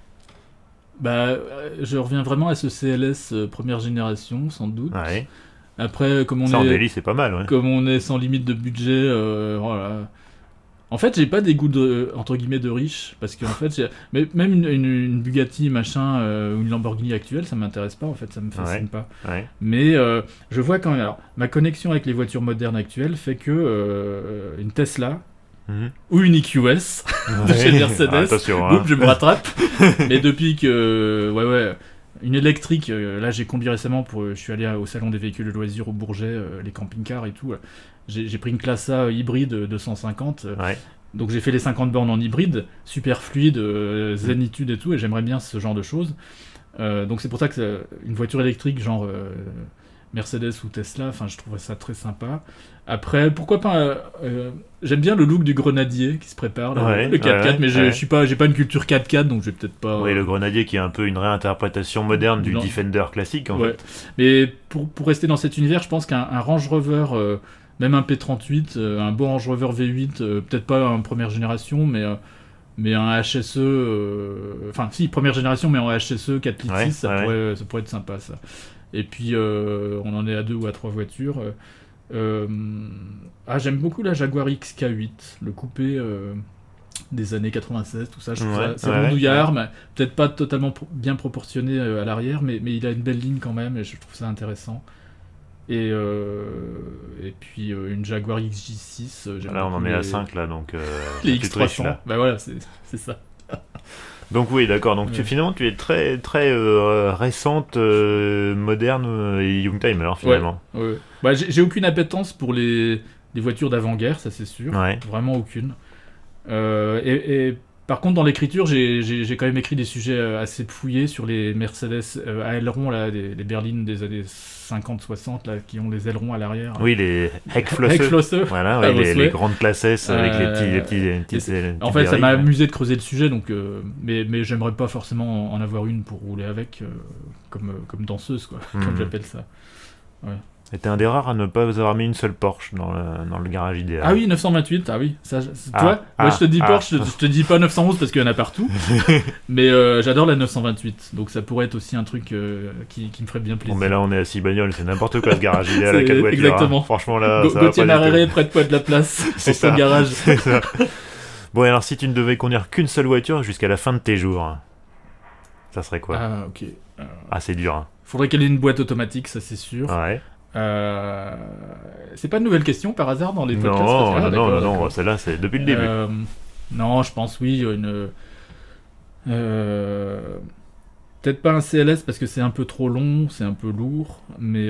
Bah, je reviens vraiment à ce CLS première génération, sans doute. Ouais. Après, comme on ça, en délit, c'est pas mal, ouais. Comme on est sans limite de budget, voilà. En fait, j'ai pas des goûts entre guillemets de riche, parce qu'en fait, mais même une Bugatti machin ou une Lamborghini actuelle, ça m'intéresse pas, en fait, ça me fascine pas. Ouais. Mais je vois quand même. Alors, ma connexion avec les voitures modernes actuelles fait que une Tesla ou une EQS de chez Mercedes, attention, je me rattrape. Mais depuis que une électrique, là j'ai conduit récemment je suis allé au salon des véhicules de loisirs au Bourget, les camping-cars et tout. J'ai pris une classe A hybride 250. Donc j'ai fait les 50 bornes en hybride, super fluide, zénitude et tout, et j'aimerais bien ce genre de choses. Donc c'est pour ça que une voiture électrique genre Mercedes ou Tesla, enfin je trouverais ça très sympa. Après, pourquoi pas j'aime bien le look du grenadier qui se prépare, là, le 4x4, mais j'ai pas une culture 4x4, donc je vais peut-être pas... Oui, le grenadier qui est un peu une réinterprétation moderne du Defender classique, en fait. Mais pour rester dans cet univers, je pense qu'un Range Rover... même un P38, un beau Range Rover V8, peut-être pas en première génération, mais un HSE... Enfin, si, première génération, mais en HSE 4 litres 6, ça pourrait être sympa, ça. Et puis, on en est à 2 ou à 3 voitures. J'aime beaucoup la Jaguar XK8, le coupé des années 96, tout ça. Je trouve ça c'est rondouillard, mais peut-être pas totalement bien proportionné à l'arrière, mais il a une belle ligne quand même, et je trouve ça intéressant. Et puis une Jaguar XJ6. Là, on en est à 5, là, donc... les X300, là. Bah voilà, c'est ça. Donc oui, d'accord. Donc finalement, tu es très, très récente, moderne et youngtimer, finalement. Ouais. Bah, j'ai aucune appétence pour les voitures d'avant-guerre, ça c'est sûr. Vraiment aucune. Et par contre, dans l'écriture, j'ai quand même écrit des sujets assez fouillés sur les Mercedes à ailerons, là, les berlines des années 50-60, là, qui ont les ailerons à l'arrière. Oui, les Heckflosse. Voilà, les grandes classes S avec les petits en fait, ça m'a amusé de creuser le sujet, donc, mais j'aimerais pas forcément en avoir une pour rouler avec, comme danseuse, quoi, comme j'appelle ça. Ouais. Et t'es un des rares à ne pas avoir mis une seule Porsche dans le garage idéal. Ah oui, 928, ah oui. Ça, toi, moi je te dis Porsche, je te dis pas 911 parce qu'il y en a partout. Mais j'adore la 928, donc ça pourrait être aussi un truc qui me ferait bien plaisir. Bon, mais là on est à 6 bagnoles, c'est n'importe quoi ce garage idéal à 4 voitures. Exactement. Hein. Franchement là, Gauthier Marreret, prête-toi de la place pour ton garage. C'est ça. Bon, alors si tu ne devais conduire qu'une seule voiture jusqu'à la fin de tes jours, ça serait quoi? Ah, ok. C'est dur. Hein. Faudrait qu'elle ait une boîte automatique, ça c'est sûr. Ouais. C'est pas une nouvelle question par hasard dans les podcasts? Non, celle-là c'est depuis le début. Non, je pense peut-être pas un CLS parce que c'est un peu trop long, c'est un peu lourd, mais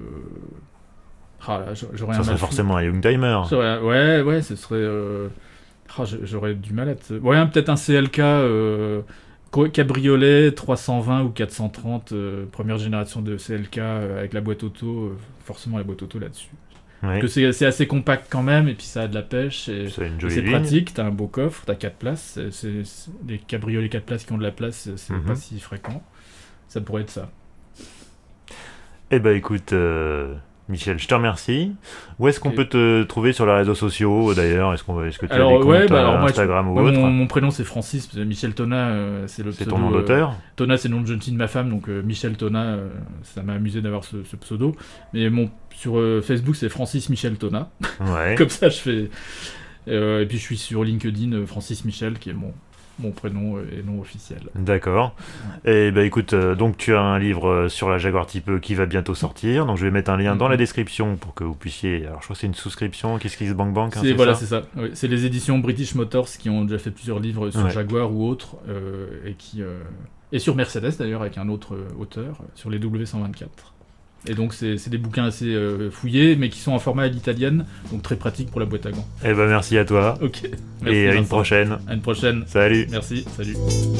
j'aurais ça serait forcément un youngtimer. Ouais, ce serait j'aurais du mal à peut-être un CLK cabriolet 320 ou 430, première génération de CLK avec la boîte auto, forcément la boîte auto là-dessus. Parce que c'est assez compact quand même, et puis ça a de la pêche, et c'est pratique, t'as un beau coffre, t'as 4 places, les cabriolets 4 places qui ont de la place, c'est pas si fréquent. Ça pourrait être ça. Eh ben écoute... Michel, je te remercie. Où est-ce qu'on peut te trouver sur les réseaux sociaux d'ailleurs? Est-ce que tu as des comptes Instagram ou autre? Mon prénom c'est Francis, Michel Tona, c'est le pseudo. C'est ton nom d'auteur? Tona c'est le nom de jeune fille de ma femme, donc Michel Tona, ça m'a amusé d'avoir ce pseudo. Mais sur Facebook c'est Francis Michel Tona. Ouais. Comme ça je fais. Et puis je suis sur LinkedIn, Francis Michel, qui est mon prénom et nom officiel. D'accord. Et écoute, donc tu as un livre sur la Jaguar Type E qui va bientôt sortir, donc je vais mettre un lien dans la description pour que vous puissiez... Alors je crois que c'est une souscription, qu'est-ce qui se banque c'est ça. Oui, c'est les éditions British Motors qui ont déjà fait plusieurs livres sur Jaguar ou autres, et sur Mercedes d'ailleurs avec un autre auteur, sur les W124. Et donc c'est des bouquins assez fouillés, mais qui sont en format à l'italienne, donc très pratique pour la boîte à gants. Eh ben merci à toi. Ok. Merci, et à une prochaine. À une prochaine. Salut. Merci, salut.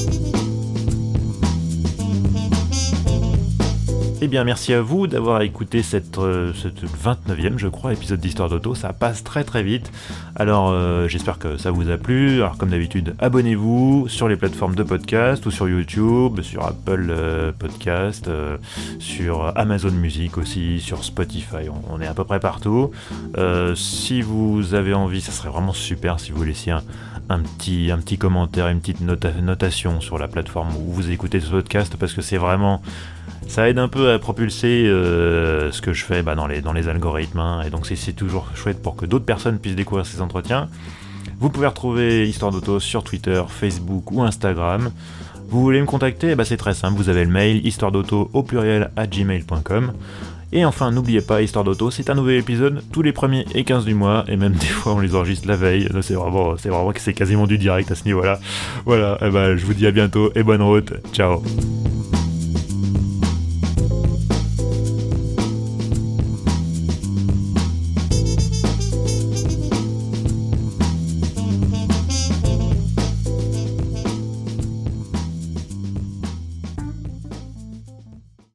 Eh bien, merci à vous d'avoir écouté cette 29e, je crois, épisode d'Histoire d'Auto. Ça passe très très vite. Alors, j'espère que ça vous a plu. Alors, comme d'habitude, abonnez-vous sur les plateformes de podcast ou sur YouTube, sur Apple Podcast, sur Amazon Music aussi, sur Spotify. On est à peu près partout. Si vous avez envie, ça serait vraiment super si vous laissiez un petit commentaire, une petite notation sur la plateforme où vous écoutez ce podcast, parce que c'est vraiment... Ça aide un peu à propulser ce que je fais dans les algorithmes, hein, et donc c'est toujours chouette pour que d'autres personnes puissent découvrir ces entretiens. Vous pouvez retrouver Histoire d'Auto sur Twitter, Facebook ou Instagram. Vous voulez me contacter? C'est très simple, vous avez le mail histoiredauto@gmail.com. Et enfin, n'oubliez pas, Histoire d'Auto, c'est un nouvel épisode tous les 1er et 15 du mois, et même des fois on les enregistre la veille. C'est vraiment que c'est quasiment du direct à ce niveau-là. Voilà, je vous dis à bientôt et bonne route, ciao.